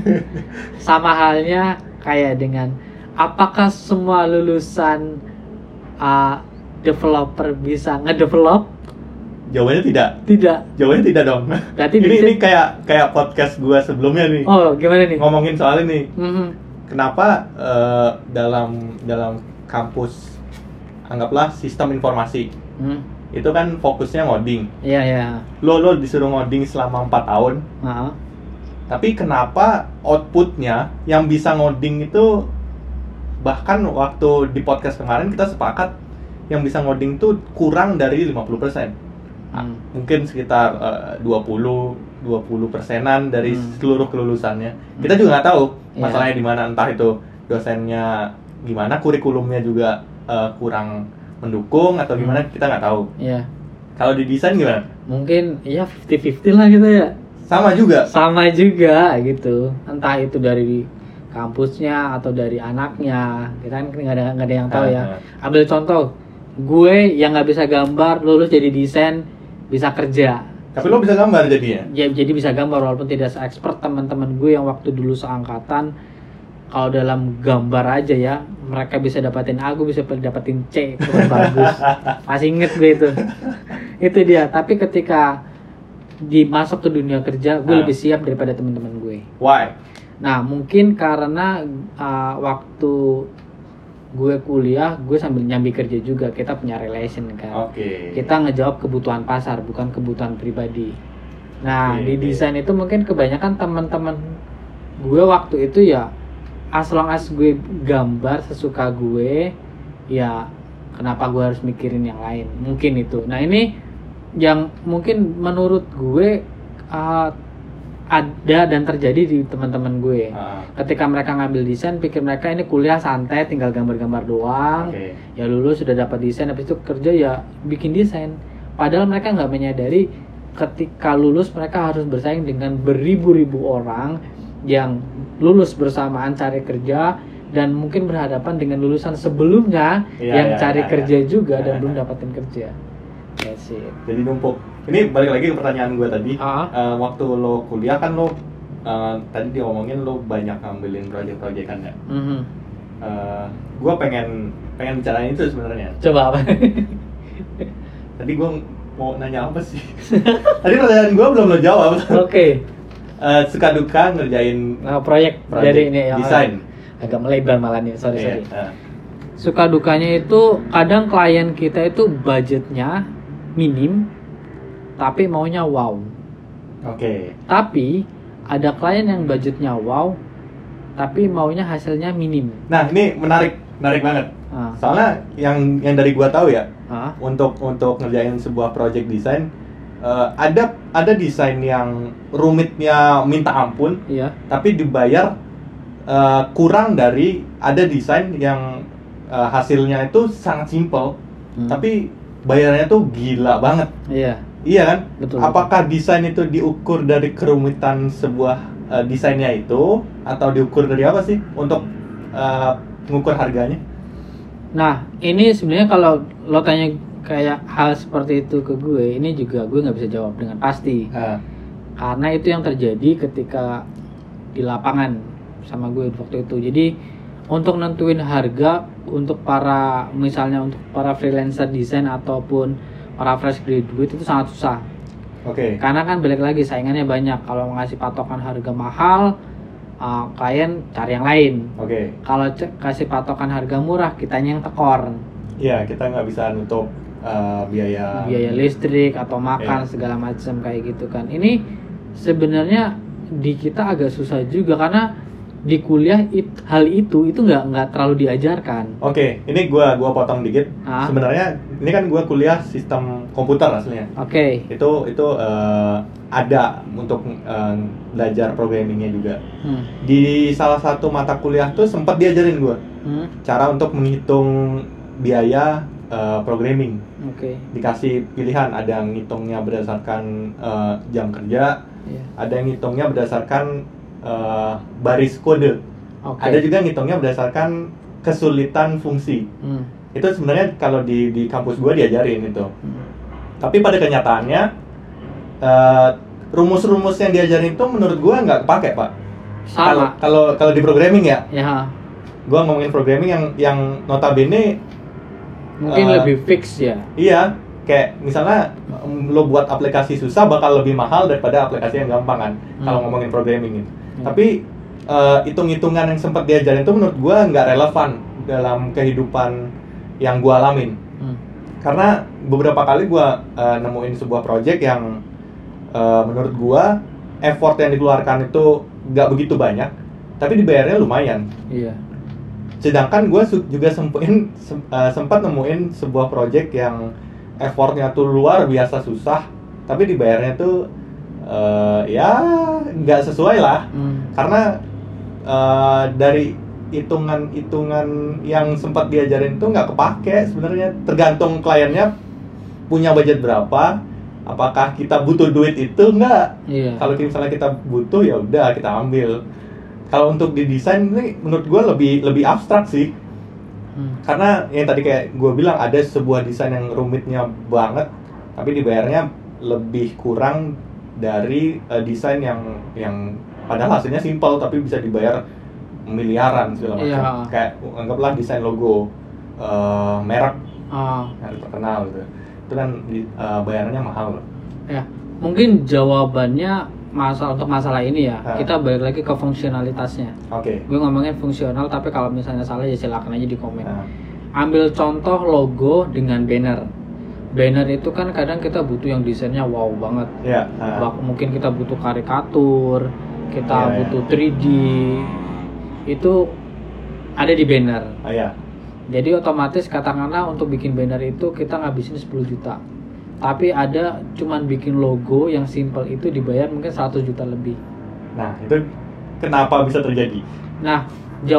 sama halnya kayak dengan apakah semua lulusan uh, developer bisa ngedevelop? Jawabannya tidak. Tidak. Jawabannya tidak dong. Berarti ini ini kayak kayak podcast gua sebelumnya nih. Oh, gimana nih? Ngomongin soal ini. Mm-hmm. Kenapa uh, dalam dalam kampus anggaplah sistem informasi. Hmm. Itu kan fokusnya ngoding. Iya, iya. Lo lo disuruh ngoding selama empat tahun. Uh-huh. Tapi kenapa outputnya yang bisa ngoding itu, bahkan waktu di podcast kemarin kita sepakat yang bisa ngoding tuh kurang dari lima puluh persen. Nah, hmm. Mungkin sekitar uh, dua puluh persenan dari hmm. seluruh kelulusannya. Hmm. Kita juga nggak tahu masalahnya yeah. di mana, entah itu dosennya gimana, kurikulumnya juga uh, kurang mendukung atau gimana, kita nggak tahu. Iya. Yeah. Kalau di desain gimana? Mungkin ya fifty fifty lah gitu ya. Sama juga. Sama juga gitu. Entah itu dari kampusnya atau dari anaknya. Kita kan nggak ada nggak ada yang tahu uh, ya. Uh. Ambil contoh, gue yang nggak bisa gambar lulus jadi desain bisa kerja. Tapi lo bisa gambar jadinya? Ya jadi bisa gambar walaupun tidak se-expert teman-teman gue yang waktu dulu seangkatan. Kalau dalam gambar aja ya, mereka bisa dapatin A, gue bisa dapatin C, itu kan bagus. Masih inget gue itu. Itu dia. Tapi ketika dimasuk ke dunia kerja, gue uh. lebih siap daripada teman-teman gue. Why? Nah, mungkin karena uh, waktu gue kuliah, gue sambil nyambi kerja juga, kita punya relation kan. Okay. Kita ngejawab kebutuhan pasar, bukan kebutuhan pribadi. Nah, okay, di okay. desain itu mungkin kebanyakan teman-teman gue waktu itu ya, as long as gue gambar sesuka gue, ya kenapa gue harus mikirin yang lain? Mungkin itu. Nah ini yang mungkin menurut gue uh, ada dan terjadi di teman-teman gue. Uh. Ketika mereka ngambil desain, pikir mereka ini kuliah santai, tinggal gambar-gambar doang. Okay. Ya lulus sudah dapat desain, habis itu kerja ya bikin desain. Padahal mereka nggak menyadari ketika lulus mereka harus bersaing dengan beribu-ribu orang yang lulus bersamaan cari kerja dan mungkin berhadapan dengan lulusan sebelumnya Iya, yang iya, cari iya, kerja iya. juga dan Iya, belum iya. dapatin kerja. That's it. Jadi numpuk. Ini balik lagi ke pertanyaan gue tadi. Ah. Eh, waktu lo kuliah kan lo eh, tadi dia ngomongin lo banyak ngambilin proyek-proyek kan ya. Mhm. Eh, gue pengen pengen bicarain itu sebenarnya. Coba apa? Tadi gue mau nanya apa sih? Tadi pertanyaan gue belum lo jawab. Oke. Eh, suka duka ngerjain Nah, proyek, Proyek dari ini ya. desain. Agak melebar malah nih, sorry Iya, sorry. eh. Suka dukanya itu kadang klien kita itu budgetnya minim tapi maunya wow. Oke. Tapi ada klien yang budgetnya wow tapi maunya hasilnya minim. Nah ini menarik, menarik banget. Ah. Soalnya yang yang dari gua tahu ya, Ah. untuk untuk ngerjain sebuah project desain, eh, ada ada desain yang rumitnya minta ampun, Iya. tapi dibayar eh, kurang dari ada desain yang eh, hasilnya itu sangat simple, Hmm. tapi bayarnya tuh gila banget. Iya. Iya kan? Betul, Apakah desain itu diukur dari kerumitan sebuah eh, desainnya itu, atau diukur dari apa sih untuk eh, mengukur harganya? Nah, ini sebenarnya kalau lo tanya kayak hal seperti itu ke gue, ini juga gue nggak bisa jawab dengan pasti. Ah, Karena itu yang terjadi ketika di lapangan sama gue waktu itu. Jadi untuk nentuin harga untuk para misalnya untuk para freelancer desain ataupun para fresh graduate itu sangat susah. Oke. Karena kan balik lagi saingannya banyak. Kalau ngasih patokan harga mahal, uh, klien cari yang lain. Oke. Kalau c- kasih patokan harga murah, kitanya yang tekor. Iya, kita nggak bisa nutup eh, biaya. Biaya listrik atau makan Iya. segala macam kayak gitu kan. Ini sebenarnya di kita agak susah juga karena di kuliah it- hal itu itu nggak nggak terlalu diajarkan. Oke, ini gua gua potong dikit. Ah. Sebenarnya ini kan gua kuliah sistem komputer aslinya. Oke. Itu itu eh, ada untuk eh, belajar programmingnya juga. Hmm. Di salah satu mata kuliah tuh sempat diajarin gua Hmm. cara untuk menghitung biaya eh, programming. Oke. Dikasih pilihan, ada yang ngitungnya berdasarkan eh, jam kerja, Iya. ada yang ngitungnya berdasarkan eh, baris kode, Oke. ada juga ngitungnya berdasarkan kesulitan fungsi. Hmm. Itu sebenarnya kalau di di kampus gua diajarin itu. Hmm. Tapi pada kenyataannya eh, rumus-rumus yang diajarin itu menurut gua nggak kepake, Pak. Kalau Sama. kalau kalau di programming ya, Ya. gua ngomongin programming yang yang notabene Mungkin Eh, lebih fix ya. iya, kayak misalnya em, lo buat aplikasi susah bakal lebih mahal daripada aplikasi yang gampang kan, Hmm. kalau ngomongin programming ini. Hmm. Tapi eh, hitung-hitungan yang sempat diajarin itu menurut gua nggak relevan dalam kehidupan yang gua alamin. Hmm. Karena beberapa kali gua eh, nemuin sebuah project yang eh, menurut gua effort yang dikeluarkan itu nggak begitu banyak, tapi dibayarnya lumayan. Iya. Sedangkan gue juga sempetin sem- uh, sempat nemuin sebuah project yang effortnya tuh luar biasa susah, tapi dibayarnya tuh uh, ya nggak sesuai lah. Hmm. Karena uh, dari hitungan-hitungan yang sempat diajarin tuh nggak kepake sebenarnya. Tergantung kliennya punya budget berapa, apakah kita butuh duit itu nggak. Iya. Kalau misalnya kita butuh ya udah kita ambil. Kalau untuk di desain ini menurut gue lebih lebih abstrak sih. Hmm. Karena yang tadi kayak gue bilang ada sebuah desain yang rumitnya banget, tapi dibayarnya lebih kurang dari uh, desain yang yang padahal hasilnya simpel tapi bisa dibayar miliaran segala macam. Iya. Kayak anggaplah desain logo uh, merek Ah, yang terkenal gitu. Itu kan di- uh, bayarannya mahal loh. ya. Mungkin jawabannya masalah untuk masalah ini ya. Ah. Kita balik lagi ke fungsionalitasnya. Oke. Gue ngomongin fungsional, tapi kalau misalnya salah ya silakan aja di komen. Nah, Ambil contoh logo dengan banner. Banner itu kan kadang kita butuh yang desainnya wow banget. ya. nah. Bak- mungkin kita butuh karikatur, kita Iya, iya. butuh tiga D. Itu ada di banner. Ah, ya. Jadi otomatis katakanlah untuk bikin banner itu kita ngabisin sepuluh juta. Tapi ada cuman bikin logo yang simple itu dibayar mungkin seratus juta lebih. Nah, itu kenapa bisa terjadi? Nah,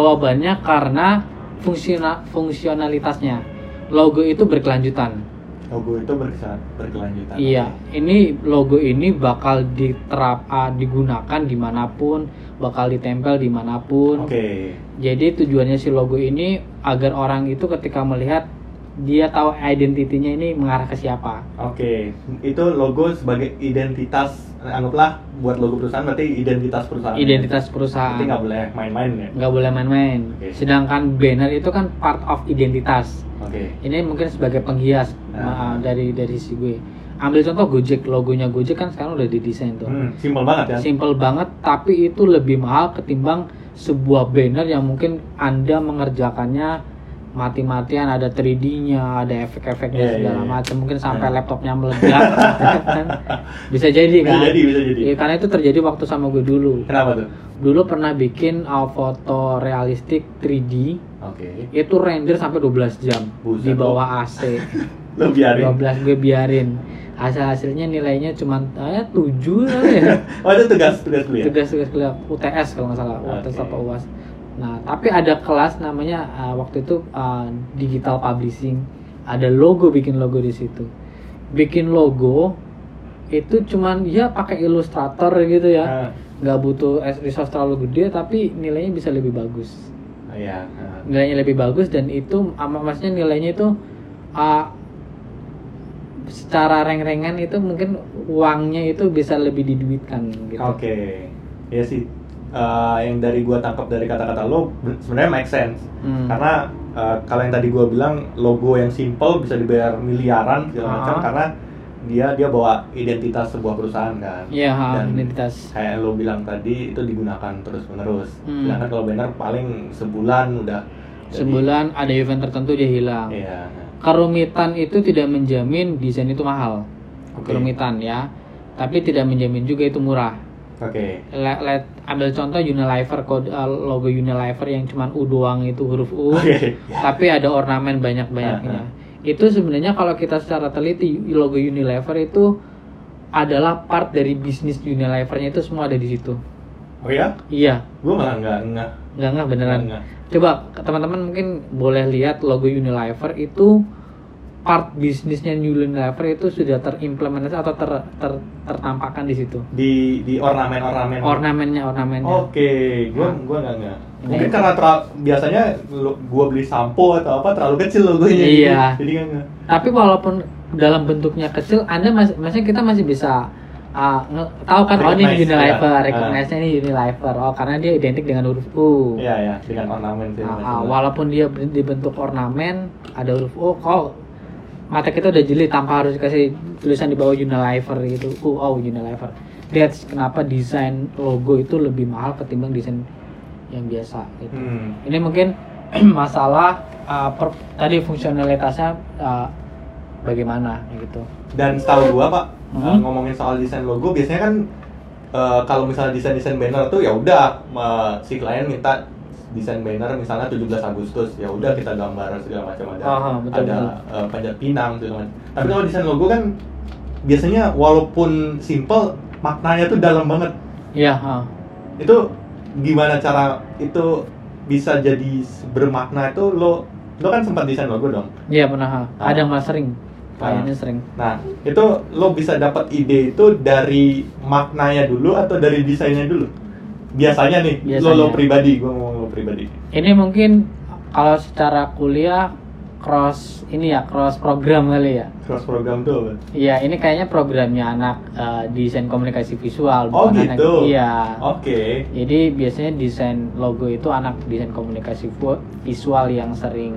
jawabannya karena fungsiona- fungsionalitasnya. Logo itu berkelanjutan. Logo itu berkesan, berkelanjutan. Iya, okay. Ini logo ini bakal diterap, uh, digunakan dimanapun, bakal ditempel dimanapun. Oke. Okay. Jadi tujuannya si logo ini agar orang itu ketika melihat dia tahu identitinya ini mengarah ke siapa. Oke, okay. Itu logo sebagai identitas, anggaplah buat logo perusahaan berarti identitas perusahaan. Identitas perusahaan. Berarti nggak boleh main-main ya? Nggak boleh main-main. Okay. Sedangkan banner itu kan part of identitas. Oke. Okay. Ini mungkin sebagai penghias nah. dari dari si gue. Ambil contoh Gojek, logonya Gojek kan sekarang udah didesain tuh. Hmm, simple banget ya. Simple banget, tapi itu lebih mahal ketimbang sebuah banner yang mungkin Anda mengerjakannya mati-matian, ada tiga D-nya, ada efek-efeknya yeah, segala yeah, yeah. macam, mungkin sampai yeah. laptopnya meledak. Bisa jadi kan? Bisa jadi, bisa jadi. Ya, karena itu terjadi waktu sama gue dulu. Kenapa tuh? Dulu pernah bikin uh, foto realistik tiga D. Oke. Okay. Itu render sampai dua belas jam. Buset, di bawah A C. Lo biarin. dua belas gue biarin. Hasil-hasilnya nilainya cuma eh, tujuh ya. Oh, itu tugas tugas kuliah. Tugas-tugas kuliah U T S kalau nggak salah, U T S apa U A S. Nah, tapi ada kelas namanya uh, waktu itu uh, digital publishing, ada logo, bikin logo di situ. Bikin logo itu cuman ya pakai Illustrator gitu ya, nggak uh. butuh resource terlalu gede, tapi nilainya bisa lebih bagus. Uh, ya. Uh. Nilainya lebih bagus dan itu, maksudnya nilainya itu uh, secara reng-rengan itu mungkin uangnya itu bisa lebih diduitkan. Gitu. Oke, okay. Ya sih. Uh, yang dari gua tangkap dari kata-kata lo sebenarnya make sense hmm. karena uh, kalau yang tadi gua bilang logo yang simple bisa dibayar miliaran segala macam uh-huh. karena dia dia bawa identitas sebuah perusahaan kan yeah, dan identitas kayak lo bilang tadi itu digunakan terus menerus. Hmm. Sedangkan kalau banner paling sebulan udah sebulan jadi, ada event tertentu dia hilang. Yeah. Kerumitan itu tidak menjamin desain itu mahal. Okay. Kerumitan ya, tapi tidak menjamin juga itu murah. Oke. Okay. Let, let ambil contoh Unilever, kode uh, logo Unilever yang cuman U doang itu huruf U, okay. Tapi ada ornamen banyak-banyaknya. Uh-huh. Itu sebenarnya kalau kita secara teliti logo Unilever itu adalah part dari bisnis Unilevernya, itu semua ada di situ. Oh ya? Iya. Gue malah nggak nggak. Nggak nggak beneran. Nggak. Coba teman-teman mungkin boleh lihat logo Unilever itu. Part bisnisnya Unilever itu sudah terimplementasi atau ter, ter, tertampakkan di situ. Di di ornamen-ornamen. Ornamennya, ornamennya. Oke, okay. gua nah. gua enggak enggak. Mungkin nah. karena terlalu, biasanya gua beli sampo atau apa terlalu kecil logonya. Iya. Gitu. Jadi enggak. Tapi walaupun dalam bentuknya kecil, Anda masih maksudnya kita masih bisa uh, nge- tahu kan, oh ini Unilever, ya. Recognize-nya ini Unilever. Oh, karena dia identik dengan huruf U. Iya, iya, dengan ornamen sih. Uh, uh, walaupun dia dibentuk ornamen, ada huruf U, kok mata kita udah jeli tanpa harus kasih tulisan di bawah Unilever gitu. Oh, oh Unilever. That's kenapa desain logo itu lebih mahal ketimbang desain yang biasa gitu. Hmm. Ini mungkin masalah uh, per, tadi fungsionalitasnya uh, bagaimana gitu. Dan setahu gua Pak, hmm? uh, ngomongin soal desain logo biasanya kan uh, kalau misalnya desain-desain banner tuh ya udah uh, si klien minta desain banner misalnya tujuh belas Agustus, ya udah kita gambar segala macam, ada Aha, betul, ada uh, panjat pinang segala macam. Tapi kalau desain logo kan biasanya walaupun simple maknanya tuh dalam banget. Iya, uh. Itu gimana cara itu bisa jadi bermakna itu? Lo lo kan sempat desain logo dong? Iya, pernah. Nah. Ada mas sering. Kayaknya sering. Nah, itu lo bisa dapat ide itu dari maknanya dulu atau dari desainnya dulu? Biasanya nih, Biasanya. lo lo pribadi, gue ngomong lo pribadi. Ini mungkin kalau secara kuliah cross ini ya, cross program kali ya. Cross program tuh apa? Iya, ini kayaknya programnya anak uh, desain komunikasi visual. Oh gitu? Anak, iya. Oke. Okay. Jadi biasanya desain logo itu anak desain komunikasi visual yang sering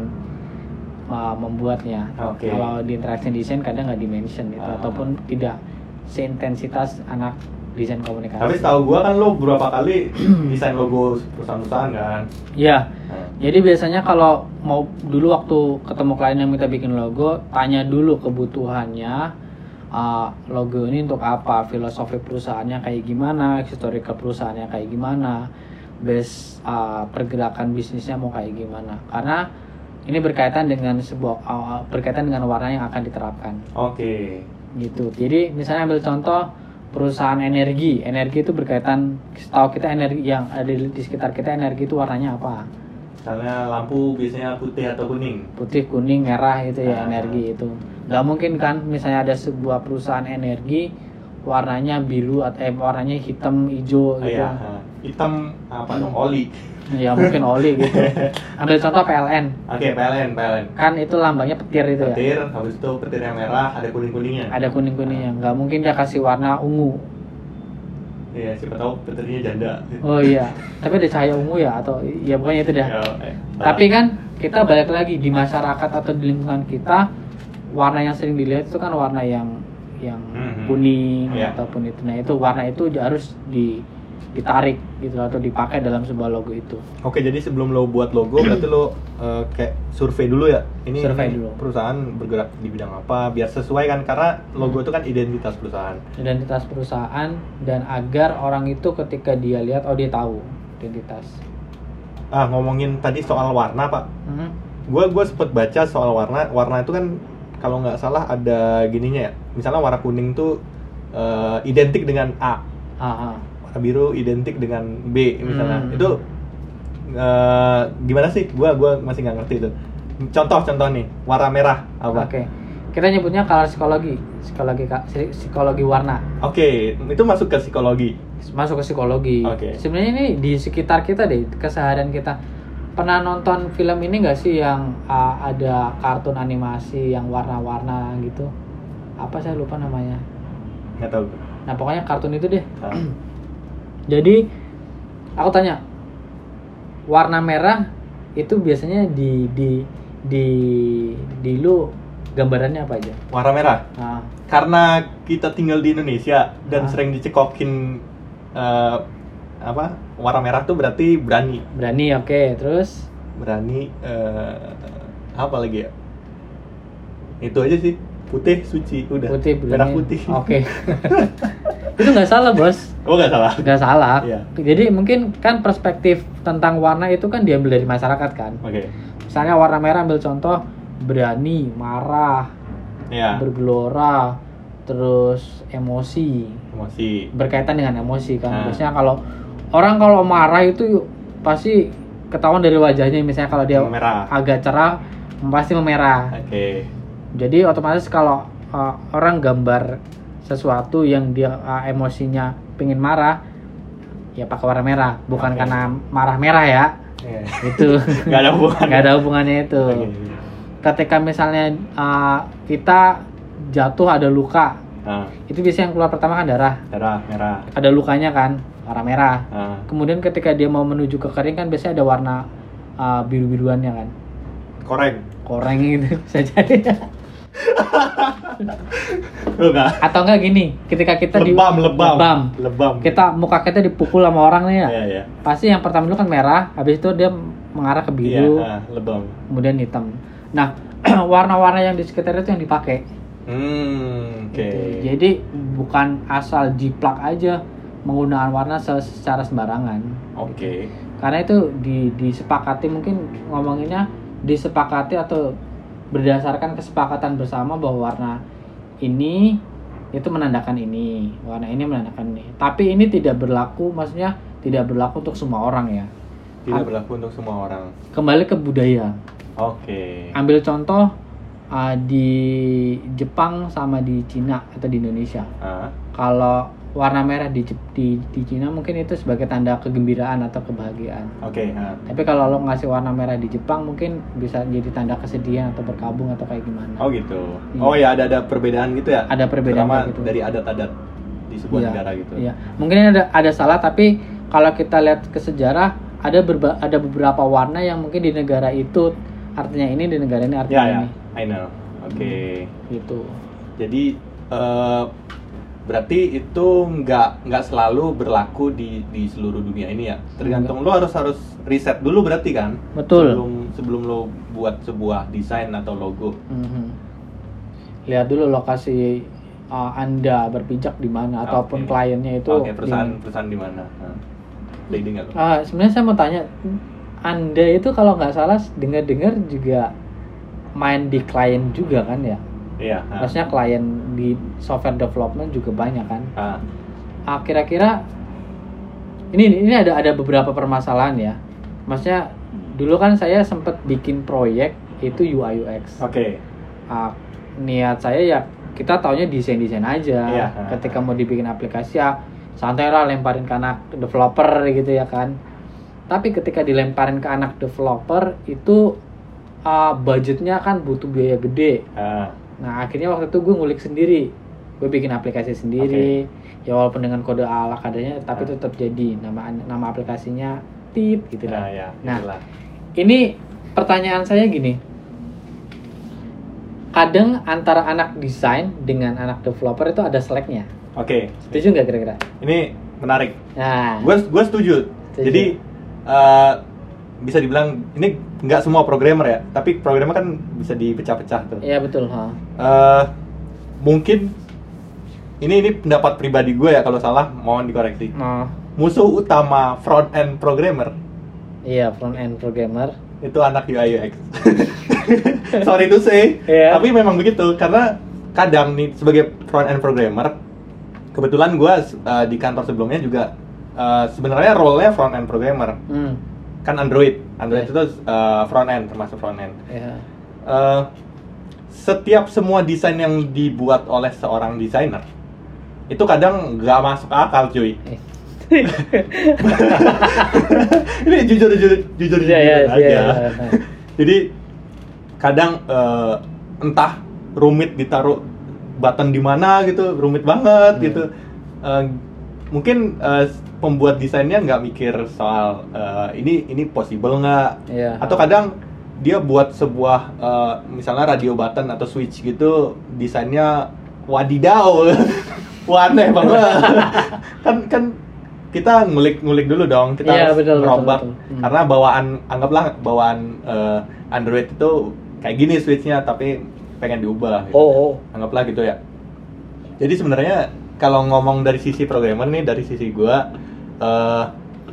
uh, membuatnya. Okay. Kalau di interaction design kadang nggak dimention gitu, uh. ataupun tidak seintensitas anak desain komunikasi. Tapi setahu gua kan lo beberapa kali desain logo perusahaan-perusahaan kan? Iya. Hmm. Jadi biasanya kalau mau dulu waktu ketemu klien yang minta bikin logo, tanya dulu kebutuhannya, uh, logo ini untuk apa, filosofi perusahaannya kayak gimana, historical perusahaannya kayak gimana, base uh, pergerakan bisnisnya mau kayak gimana. Karena ini berkaitan dengan sebuah uh, berkaitan dengan warna yang akan diterapkan. Oke. Okay. Gitu. Jadi misalnya ambil contoh perusahaan energi, energi itu berkaitan, setahu kita energi yang ada di sekitar kita, energi itu warnanya apa? Karena lampu biasanya putih atau kuning. Putih, kuning, merah itu ya, Nah. energi itu. Nggak mungkin kan misalnya ada sebuah perusahaan energi warnanya biru atau eh, warnanya hitam, hijau Oh, gitu. iya. Hitam apa dong? Oli. Ya mungkin oli gitu. Ambil contoh P L N. Oke, P L N, P L N. Kan itu lambangnya petir itu Petir, ya. habis itu petirnya merah, ada kuning-kuningnya. Ada kuning-kuningnya. Nggak mungkin dia kasih warna ungu. Iya, siapa tahu petirnya janda. Oh iya. Tapi ada cahaya ungu ya atau ya pokoknya itu dah. Ya, eh, Tapi kan kita balik lagi di masyarakat atau di lingkungan kita, warna yang sering dilihat itu kan warna yang yang Mhm. kuning Iya. ataupun itu. Nah, itu warna itu harus di ditarik gitu atau dipakai dalam sebuah logo itu. Oke, jadi sebelum lo buat logo, berarti lo eh, kayak survei dulu ya. Ini, Survei ini dulu. perusahaan bergerak di bidang apa, biar sesuai kan, karena logo itu kan identitas perusahaan. Identitas perusahaan dan agar orang itu ketika dia lihat oh dia tahu identitas. Ah, ngomongin tadi soal warna, Pak. Hmm. Gua gua sempet baca soal warna. Warna itu kan kalau nggak salah ada gininya ya. Misalnya warna kuning tuh eh, identik dengan A. Aha. Warna biru identik dengan B misalnya. Hmm. Itu eh, gimana sih? Gua gua masih nggak ngerti itu. Contoh-contoh nih, warna merah apa? Oke. Kita nyebutnya color psikologi, psikologi ka- psikologi warna. Oke, itu masuk ke psikologi. Masuk ke psikologi. Oke. Sebenarnya ini di sekitar kita deh, keseharian kita. Pernah nonton film ini nggak sih yang uh, ada kartun animasi yang warna-warna gitu? Apa saya lupa namanya. Nggak tahu. Nah pokoknya kartun itu deh. Ah. Jadi aku tanya, warna merah itu biasanya di di di di lu gambarannya apa aja? Warna merah. Nah, Karena kita tinggal di Indonesia dan Ah. sering dicekokin eh, apa? Warna merah tuh berarti berani. berani oke. Terus Berani eh, apa lagi ya? Itu aja sih. Putih suci udah. putih berani. Merah putih. Oke. Itu nggak salah bos. Oh, nggak salah. Nggak salah. Iya. Jadi mungkin kan perspektif tentang warna itu kan diambil dari masyarakat kan. Oke. Misalnya warna merah ambil contoh berani, marah, Ya. bergelora, terus emosi, Emosi. berkaitan dengan emosi kan. Nah. Biasanya kalau orang kalau marah itu pasti ketahuan dari wajahnya. Misalnya kalau dia Merah. agak cerah pasti memerah. Oke. Jadi otomatis kalau uh, orang gambar sesuatu yang dia uh, emosinya pengen marah, ya pakai warna merah, bukan Oke. karena marah merah ya. Iya. Itu Nggak ada hubungan. nggak ada hubungannya itu. Oke. Ketika misalnya uh, kita jatuh ada luka, Nah, itu biasanya yang keluar pertama kan darah. merah, merah. Ada lukanya kan, warna merah. Nah, Kemudian ketika dia mau menuju ke kering kan biasanya ada warna uh, biru-biruannya kan, koreng. koreng gitu bisa jadi. Lu nggak? Atau enggak gini, ketika kita di Lebam, lebam. lebam. Lebam. Kita muka kita dipukul sama orang nih ya. Iya, iya. Pasti yang pertama dulu kan merah, habis itu dia mengarah ke biru, Iya, ah, lebam. kemudian hitam. Nah, warna-warna yang di sekitar itu yang dipakai. Hmm, oke. Gitu. Jadi bukan asal jiplak aja menggunakan warna se- secara sembarangan. Oke. Karena itu di disepakati, mungkin ngomonginnya disepakati atau berdasarkan kesepakatan bersama bahwa warna ini itu menandakan ini, warna ini menandakan ini. Tapi ini tidak berlaku, maksudnya tidak berlaku untuk semua orang ya. Tidak berlaku untuk semua orang. Kembali ke budaya. Oke. Ambil contoh uh, di Jepang sama di Cina atau di Indonesia. Ah, Kalau warna merah di Jep- di di Cina mungkin itu sebagai tanda kegembiraan atau kebahagiaan. oke. ah. Tapi kalau lo ngasih warna merah di Jepang mungkin bisa jadi tanda kesedihan atau berkabung atau kayak gimana. Oh gitu. Iya. Oh ya, ada ada perbedaan gitu ya? Ada perbedaan Terutama kayak gitu. dari adat-adat di sebuah Iya, negara gitu. Iya. Mungkin ada ada salah, tapi kalau kita lihat ke sejarah ada berba, ada beberapa warna yang mungkin di negara itu artinya ini, di negara ini Ya, artinya ya. ini. I know. Oke. Gitu. Jadi eh, berarti itu nggak nggak selalu berlaku di di seluruh dunia ini ya. Tergantung lo harus harus riset dulu berarti kan. Betul. Sebelum sebelum lo buat sebuah desain atau logo. Mhm. Lihat dulu lokasi uh, Anda berpijak di mana ataupun Oke. kliennya itu. Oke, perusahaan di- perusahaan di mana? Nah. Leading nggak lo? Ah, sebenarnya saya mau tanya, Anda itu kalau nggak salah dengar-dengar juga main di klien juga kan ya? Iya. ah. Maksudnya klien di software development juga banyak kan? Ah, Ah, kira-kira ini ini ada ada beberapa permasalahan ya. Maksudnya dulu kan saya sempat bikin proyek itu U I U X. Oke. Okay. Uh, niat saya ya kita taunya desain-desain aja. Iya. Ketika mau dibikin aplikasi ya santai lah lemparin ke anak developer gitu ya kan. Tapi ketika dilemparin ke anak developer itu uh, budgetnya kan butuh biaya gede. Uh. Nah akhirnya waktu itu gue ngulik sendiri, gue bikin aplikasi sendiri. Okay. Ya walaupun dengan kode ala kadanya, tapi uh. tetap jadi nama nama aplikasinya tit gitu lah. Uh, ya, nah ini pertanyaan saya gini, kadang antara anak desain dengan anak developer itu ada seleknya. Oke. Okay. Setuju nggak kira-kira? Ini menarik. Nah, gue gue setuju. setuju. Jadi uh, bisa dibilang ini nggak semua programmer ya, tapi programmer kan bisa dipecah-pecah tuh. Iya betul. Ha. Uh, mungkin ini ini pendapat pribadi gue ya, kalau salah mohon dikoreksi. Nah. Musuh utama front end programmer. Iya front end programmer. Itu anak U I U X. Sorry to say, yeah. Tapi memang begitu karena kadang nih sebagai front end programmer, kebetulan gue uh, di kantor sebelumnya juga uh, sebenarnya role-nya front end programmer. Hmm. Kan Android, Android yeah. itu uh, front end termasuk front end. Yeah. Uh, setiap semua desain yang dibuat oleh seorang desainer itu kadang nggak masuk akal, cuy. Ini jujur jujur jujur yeah, yeah, aja. Yeah, yeah, yeah. Jadi kadang uh, entah rumit ditaruh button di mana gitu, rumit banget hmm. gitu. Uh, mungkin uh, pembuat desainnya nggak mikir soal uh, ini ini possible nggak? Yeah. Atau kadang dia buat sebuah uh, misalnya radio button atau switch gitu, desainnya wadidaw, aneh banget. kan kan kita ngulik-ngulik dulu dong, kita yeah, harus merobak hmm. karena bawaan, anggaplah bawaan uh, Android itu kayak gini switchnya, tapi pengen diubah gitu. oh, oh. Anggaplah gitu ya. Jadi sebenarnya kalau ngomong dari sisi programmer nih, dari sisi gua uh,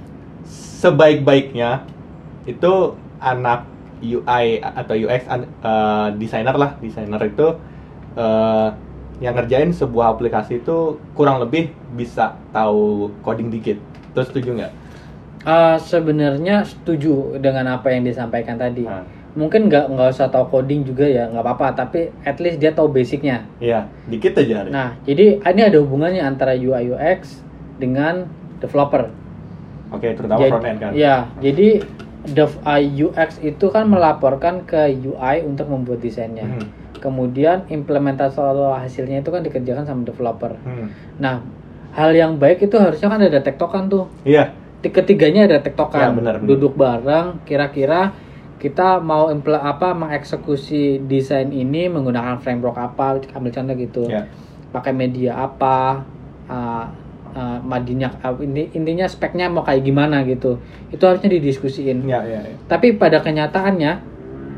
sebaik-baiknya itu anak U I atau U X uh, designer lah, desainer itu uh, yang ngerjain sebuah aplikasi itu kurang lebih bisa tahu coding dikit. Terus setuju nggak? Uh, sebenarnya setuju dengan apa yang disampaikan tadi. Hmm. Mungkin nggak nggak usah tahu coding juga ya, nggak apa-apa. Tapi at least dia tahu basicnya. Iya, dikit aja. Nah, jadi ini ada hubungannya antara U I U X dengan developer. Oke, terutama front end kan? Iya, jadi dev U X itu kan melaporkan ke U I untuk membuat desainnya. Hmm. Kemudian implementasi hasilnya itu kan dikerjakan sama developer. Hmm. Nah, hal yang baik itu harusnya kan ada tektokan tuh. Iya. Ketiganya ada tektokan. Ya, benar, benar. Duduk bareng, kira-kira kita mau impl- apa mengeksekusi desain ini menggunakan framework apa, ambil contoh gitu. Ya. Pakai media apa, uh, uh, madinya uh, intinya speknya mau kayak gimana gitu. Itu harusnya didiskusiin. Ya, ya, ya. Tapi pada kenyataannya,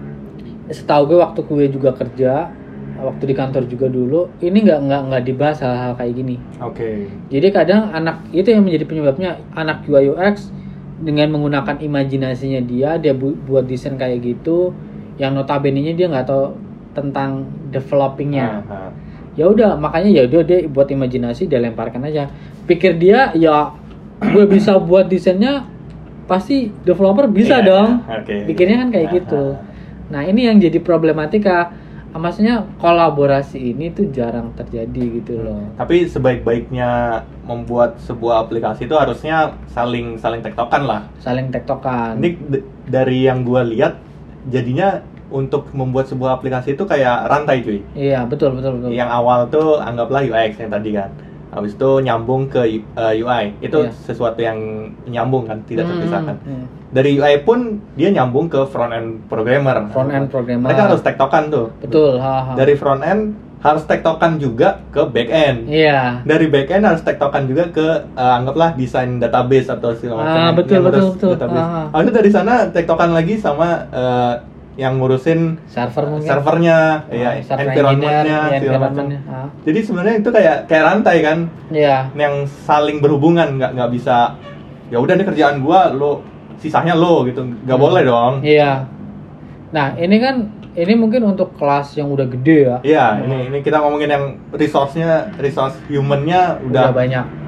setahu gue waktu gue juga kerja, waktu di kantor juga dulu, ini nggak nggak nggak dibahas hal-hal kayak gini. Oke. Okay. Jadi kadang anak itu yang menjadi penyebabnya, anak U I U X dengan menggunakan imajinasinya dia, dia bu- buat desain kayak gitu, yang notabene-nya dia nggak tahu tentang developingnya. Uh-huh. Ya udah, makanya ya udah dia buat imajinasi, dia lemparkan aja. Pikir dia ya gue bisa buat desainnya, pasti developer bisa yeah, dong. Okay. Pikirnya kan kayak uh-huh. gitu. Nah ini yang jadi problematika, maksudnya kolaborasi ini tuh jarang terjadi gitu loh. Hmm. Tapi sebaik-baiknya membuat sebuah aplikasi itu harusnya saling saling tektokan lah. Saling tektokan. Ini d- dari yang gue lihat jadinya untuk membuat sebuah aplikasi itu kayak rantai cuy. Iya betul betul betul. Yang awal tuh anggaplah U X yang tadi kan. Habis itu nyambung ke uh, U I. Itu iya. sesuatu yang nyambung kan, tidak terpisahkan. Hmm, hmm. Dari U I pun dia nyambung ke front end programmer. Front end programmer. Mereka harus tektokan tuh. Betul. Ha, ha. Dari front end harus tektokan juga ke back end. Iya. Dari back end harus tektokan juga ke uh, anggaplah desain database atau segala macam. Ah, betul betul betul. Database. Ah. Habis itu dari sana tektokan lagi sama uh, yang ngurusin server mungkin. servernya, ah, ya, server environment-nya, segala macam. Ah. Jadi sebenarnya itu kayak kayak rantai kan, yeah. yang saling berhubungan, nggak nggak bisa. Ya udah ini kerjaan gua, lo sisanya lo gitu, nggak hmm. boleh dong. Iya. Yeah. Nah ini kan ini mungkin untuk kelas yang udah gede ya. Iya, hmm. ini ini kita ngomongin yang resource-nya, resource human-nya udah, udah banyak,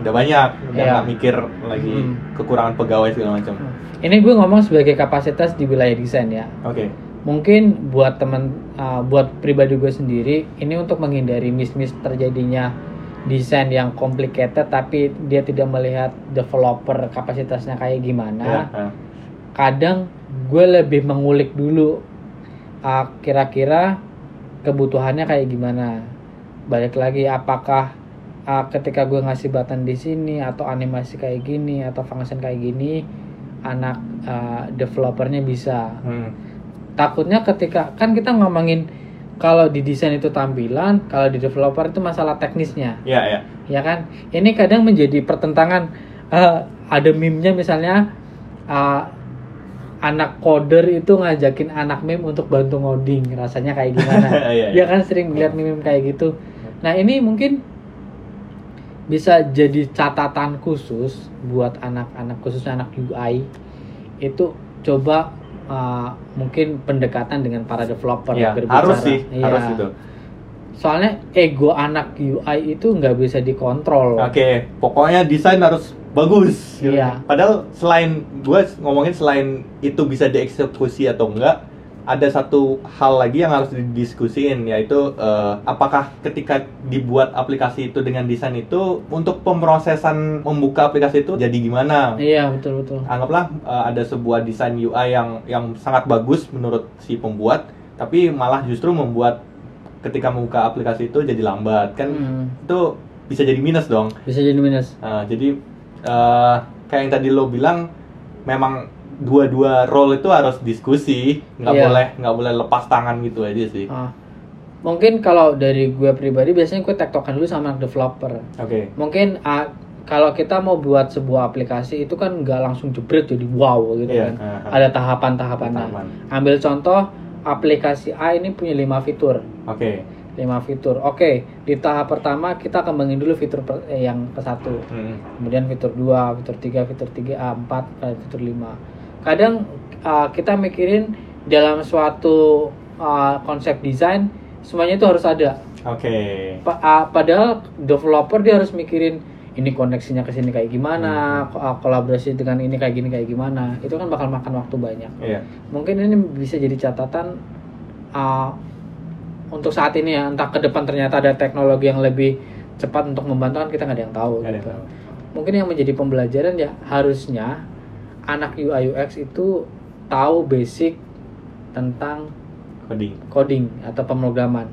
udah banyak, udah Iya. nggak mikir lagi Hmm. kekurangan pegawai segala macam. Ini gue ngomong sebagai kapasitas di wilayah desain ya. Oke. Mungkin buat teman, uh, buat pribadi gue sendiri, ini untuk menghindari miss-miss terjadinya desain yang complicated tapi dia tidak melihat developer kapasitasnya kayak gimana. Iya. Kadang gue lebih mengulik dulu uh, kira-kira kebutuhannya kayak gimana. Balik lagi, apakah uh, ketika gue ngasih button di sini atau animasi kayak gini atau function kayak gini, anak uh, developernya bisa. Hmm. Takutnya ketika kan kita ngomongin kalau di desain itu tampilan, kalau di developer itu masalah teknisnya. Iya, iya. Ya kan? Ini kadang menjadi pertentangan. Uh, ada meme-nya misalnya uh, anak coder itu ngajakin anak meme untuk bantu ngoding, rasanya kayak gimana? Iya, iya. Dia kan sering lihat meme kayak gitu. Nah, ini mungkin bisa jadi catatan khusus buat anak-anak, khususnya anak U I. Itu coba uh, mungkin pendekatan dengan para developer Iya, berbicara. harus sih, Iya. harus itu. Soalnya ego anak U I itu nggak bisa dikontrol. Oke, pokoknya desain harus bagus. gitu. Iya. Padahal selain gue ngomongin selain itu bisa dieksekusi atau enggak, ada satu hal lagi yang harus didiskusiin, yaitu eh, apakah ketika dibuat aplikasi itu dengan desain itu untuk pemrosesan membuka aplikasi itu jadi gimana? Iya, betul betul. Anggaplah eh, ada sebuah desain U I yang yang sangat bagus menurut si pembuat, tapi malah justru membuat ketika membuka aplikasi itu jadi lambat, kan Hmm. itu bisa jadi minus dong. Bisa jadi minus. Nah, jadi eh, kayak yang tadi lo bilang, memang dua-dua role itu harus diskusi, nggak Iya. boleh nggak boleh lepas tangan gitu aja sih. Ah. Mungkin kalau dari gue pribadi biasanya gue tektokan dulu sama anak developer. Oke. Mungkin ah, kalau kita mau buat sebuah aplikasi itu kan nggak langsung jebret jadi wow gitu Iya, kan. ah, ah. Ada tahapan-tahapannya. Tahapan. Ambil contoh aplikasi A ini punya lima fitur. Oke. lima fitur. Oke, di tahap pertama kita kembangin dulu fitur per- eh, yang ke satu. Hmm. Kemudian fitur dua, fitur tiga, fitur tiga, A, empat, eh, fitur lima. Kadang uh, kita mikirin dalam suatu uh, konsep desain semuanya itu harus ada. Oke. Pa- uh, padahal developer dia harus mikirin ini koneksinya ke sini kayak gimana, ko- uh, kolaborasi dengan ini kayak gini kayak gimana. Itu kan bakal makan waktu banyak. Iya. Mungkin ini bisa jadi catatan uh, untuk saat ini ya, entah ke depan ternyata ada teknologi yang lebih cepat untuk membantu, kan kita nggak ada yang tahu Nggak ada gitu. yang tahu. Mungkin yang menjadi pembelajaran ya harusnya anak U I U X itu tahu basic tentang Coding. coding atau pemrograman.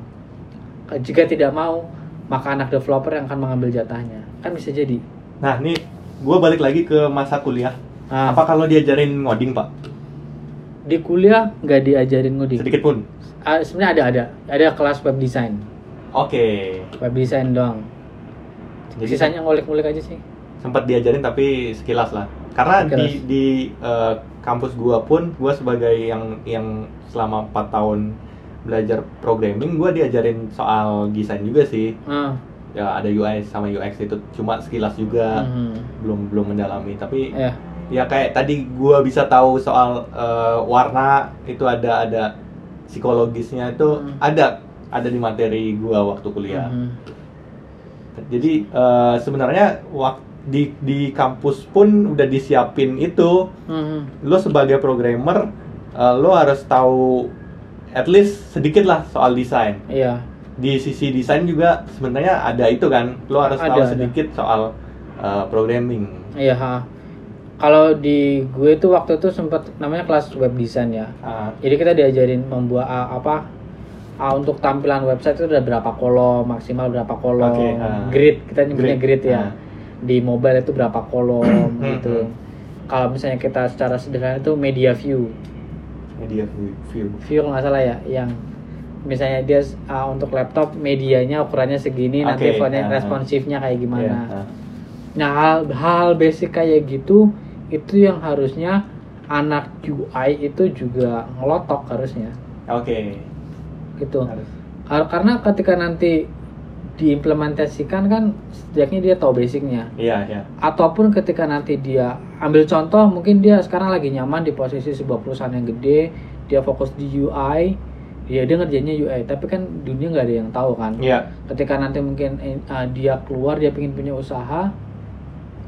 Jika tidak mau, maka anak developer yang akan mengambil jatahnya. Kan bisa jadi. Nah, nih gue balik lagi ke masa kuliah. Nah, Apa kalau diajarin ngoding, Pak? di kuliah nggak diajarin ngoding. Sedikit pun. Ah, sebenarnya ada ada ada kelas web design. Oke. Web design doang. Jadi Sisanya ngulik-ngulik aja sih. sempat diajarin tapi sekilas lah. Karena Sekilas. di di eh, kampus gua pun gua sebagai yang yang selama empat tahun belajar programming, gua diajarin soal desain juga sih. Ah, Ya ada U I sama U X itu cuma sekilas juga, mhm. belum belum mendalami. Tapi Ya. ya kayak tadi gua bisa tahu soal eh, warna itu ada ada psikologisnya itu Hmm. ada ada di materi gua waktu kuliah. Mhm. Jadi eh, sebenarnya waktu di di kampus pun udah disiapin itu. Mhm. Lo sebagai programmer eh, lo harus tahu at least sedikit lah soal desain. Iya. Di sisi desain juga sebenarnya ada itu kan. Lo harus Ada, tahu ada. sedikit soal eh, programming. Iya. Ha. Kalau di gue tuh waktu itu sempat namanya kelas web design ya. Ah, Jadi kita diajarin membuat uh, apa uh, untuk tampilan website itu ada berapa kolom, maksimal berapa kolom, Oke, uh, grid kita nyebutnya grid, grid, ya. uh. Di mobile itu berapa kolom Hmm, gitu. hmm. Kalau misalnya kita secara sederhana itu media view, media view. view kalau nggak salah ya, yang misalnya dia uh, untuk laptop medianya ukurannya segini, nanti Oke, fontnya uh, responsifnya kayak gimana. Iya, ah. Nah hal hal basic kayak gitu itu yang harusnya anak U I itu juga ngelotok harusnya Oke. gitu. Harus. Kar- Karena ketika nanti diimplementasikan kan setidaknya dia tahu basicnya. Iya, iya. Ataupun ketika nanti dia ambil contoh, mungkin dia sekarang lagi nyaman di posisi sebuah perusahaan yang gede, dia fokus di U I, ya dia ngerjainnya U I, tapi kan dunia nggak ada yang tahu kan. Iya. Ketika nanti mungkin uh, dia keluar, dia pengen punya usaha,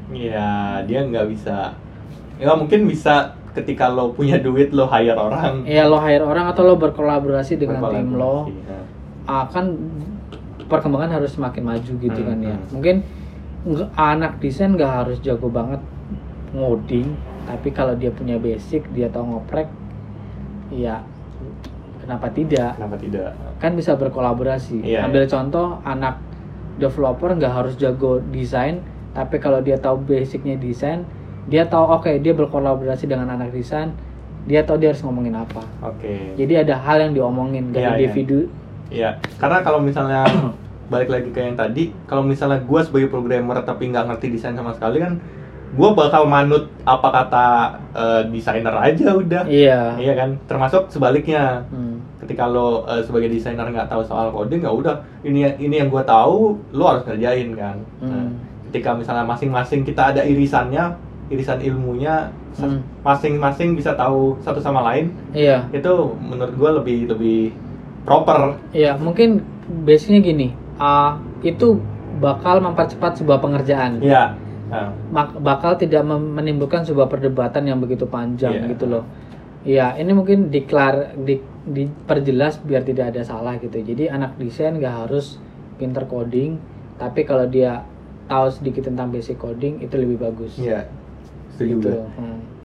Iya, dia nggak bisa. Ya mungkin bisa ketika lo punya duit lo hire orang. Iya, lo hire orang atau lo berkolaborasi dengan Berkolaborasi, tim lo. Ya. Akan perkembangan harus semakin maju gitu Hmm, kan ya. hmm. Mungkin nggak- anak desain nggak harus jago banget ngoding, tapi kalau dia punya basic, dia tahu ngoprek, ya kenapa tidak? Kenapa tidak? Kan bisa berkolaborasi. Iya, Ambil iya. contoh anak developer nggak harus jago desain, tapi kalau dia tahu basicnya desain, dia tahu oke dia berkolaborasi dengan anak desain, dia tahu dia harus ngomongin apa. Oke. Jadi ada hal yang diomongin dari Iya, iya. individu. Iya, karena kalau misalnya balik lagi ke yang tadi, kalau misalnya gue sebagai programmer tapi nggak ngerti desain sama sekali kan, gue bakal manut apa kata eh, desainer aja udah. Iya. Iya kan, termasuk sebaliknya. Hmm. Ketika lo eh, sebagai desainer nggak tahu soal coding, ya udah ini ini yang gue tahu, lo harus ngerjain kan. Nah, Hmm. ketika misalnya masing-masing kita ada irisannya, irisan ilmunya, se- Hmm. masing-masing bisa tahu satu sama lain, Iya. itu menurut gue lebih lebih proper. Iya, mungkin basicnya gini. ah itu bakal mempercepat sebuah pengerjaan. Iya. Nah, Mak- bakal tidak mem- menimbulkan sebuah perdebatan yang begitu panjang Iya. gitu loh. Iya, ini mungkin diklar di, diperjelas biar tidak ada salah gitu. Jadi anak desain nggak harus pinter coding, tapi kalau dia tahu sedikit tentang basic coding itu lebih bagus. iya. Setuju Gitu. gue. Hmm.